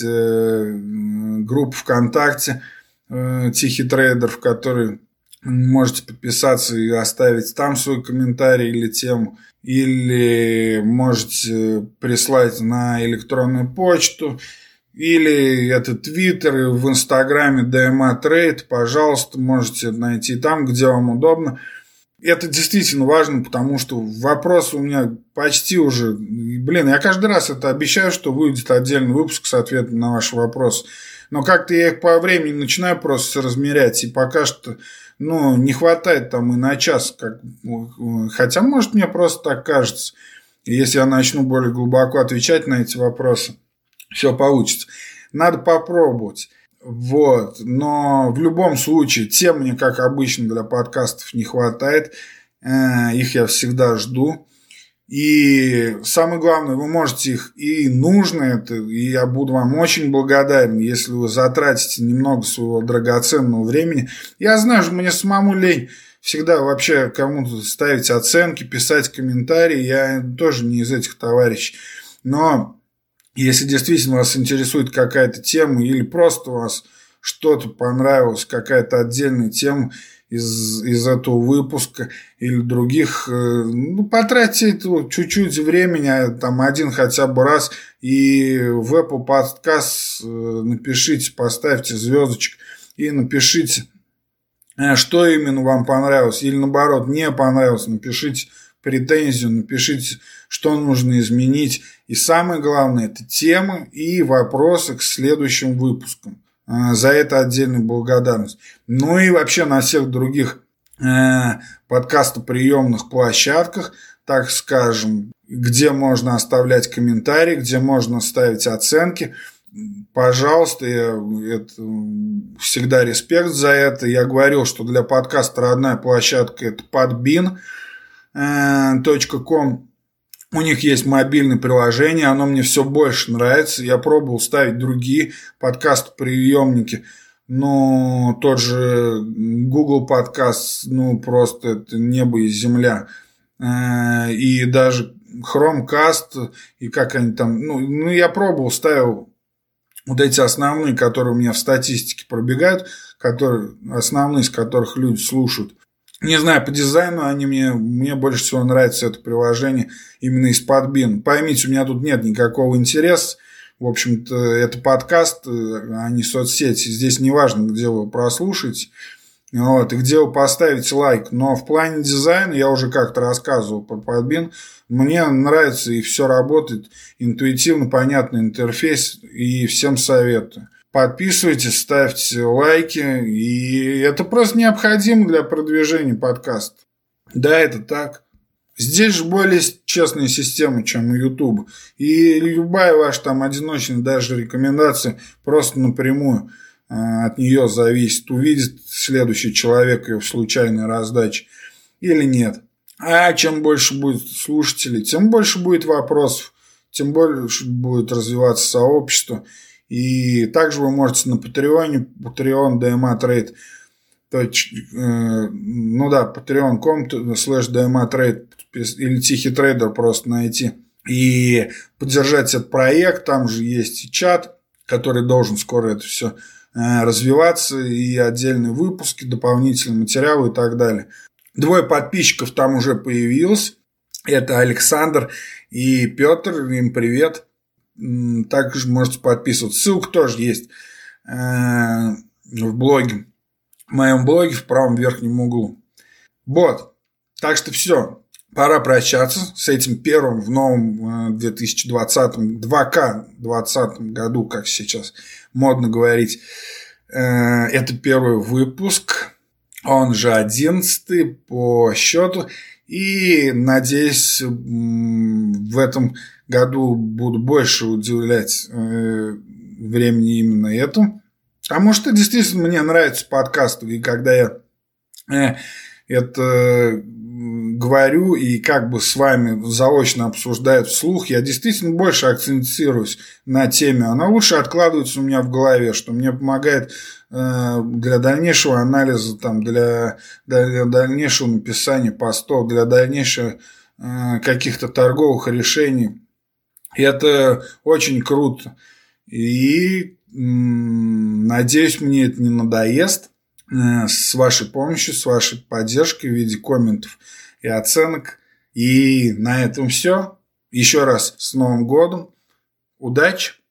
группа ВКонтакте «Тихий трейдер», в которой можете подписаться и оставить там свой комментарий или тему. Или можете прислать на электронную почту. Или это Твиттер, и в Инстаграме DMA Trade. Пожалуйста, можете найти там, где вам удобно. Это действительно важно, потому что вопросы у меня почти уже... я каждый раз это обещаю, что выйдет отдельный выпуск с ответом на ваши вопросы. Но как-то я их по времени начинаю просто размерять, и пока что не хватает там и на час. Хотя, может, мне просто так кажется. Если я начну более глубоко отвечать на эти вопросы, все получится. Надо попробовать. Но в любом случае тем мне, как обычно, для подкастов не хватает. Их я всегда жду. И самое главное, вы можете их, и нужно это, и я буду вам очень благодарен, если вы затратите немного своего драгоценного времени. Я знаю, что мне самому лень всегда вообще кому-то ставить оценки, писать комментарии. Я тоже не из этих товарищей. Но если действительно вас интересует какая-то тема или просто у вас что-то понравилось, какая-то отдельная тема из этого выпуска или других, потратьте это чуть-чуть времени, там один хотя бы раз, и в Apple Podcast напишите, поставьте звездочек и напишите, что именно вам понравилось, или наоборот не понравилось, напишите претензию, напишите, что нужно изменить. И самое главное, это темы и вопросы к следующим выпускам. За это отдельная благодарность. Ну и вообще на всех других подкастоприемных площадках, так скажем, где можно оставлять комментарии, где можно ставить оценки. Пожалуйста, это всегда респект за это. Я говорил, что для подкаста родная площадка — это podbean.com. У них есть мобильное приложение, оно мне все больше нравится. Я пробовал ставить другие подкаст-приемники, но тот же Google Подкаст, просто это небо и земля. И даже Chromecast, и как они там... я пробовал, ставил вот эти основные, которые у меня в статистике пробегают, основные, из которых люди слушают. Не знаю, по дизайну мне больше всего нравится это приложение именно из Podbean. Поймите, у меня тут нет никакого интереса. В общем-то, это подкаст, а не соцсети. Здесь не важно, где вы прослушаете, и где вы поставите лайк. Но в плане дизайна, я уже как-то рассказывал про Podbean, мне нравится и все работает. Интуитивно понятный интерфейс, и всем советую. Подписывайтесь, ставьте лайки, и это просто необходимо для продвижения подкаста. Да, это так. Здесь же более честная система, чем у YouTube. И любая ваша там одиночная даже рекомендация просто напрямую от нее зависит. Увидит следующий человек ее в случайной раздаче или нет. А чем больше будет слушателей, тем больше будет вопросов, тем больше будет развиваться сообщество. И также вы можете на Patreon DMA Trade, patreon.com/DMA Trade или Тихий трейдер просто найти и поддержать этот проект. Там же есть и чат, который должен скоро это все развиваться, и отдельные выпуски, дополнительные материалы и так далее. 2 подписчиков там уже появилось. Это Александр и Петр. Им привет. Также можете подписываться. Ссылка тоже есть в блоге. В моем блоге в правом верхнем углу. Так что все. Пора прощаться с этим первым в новом 2020, 2К20 году, как сейчас модно говорить. Это первый выпуск. Он же 11-й по счету. И, надеюсь, в этом году буду больше уделять времени именно этому. Потому что действительно мне нравятся подкасты. И когда я это говорю и как бы с вами заочно обсуждаю вслух, я действительно больше акцентируюсь на теме. Она лучше откладывается у меня в голове, что мне помогает для дальнейшего анализа, там, для дальнейшего написания постов, для дальнейших каких-то торговых решений. И это очень круто. И надеюсь, мне это не надоест. С вашей помощью, с вашей поддержкой в виде комментов и оценок. И на этом все. Еще раз с Новым годом. Удачи!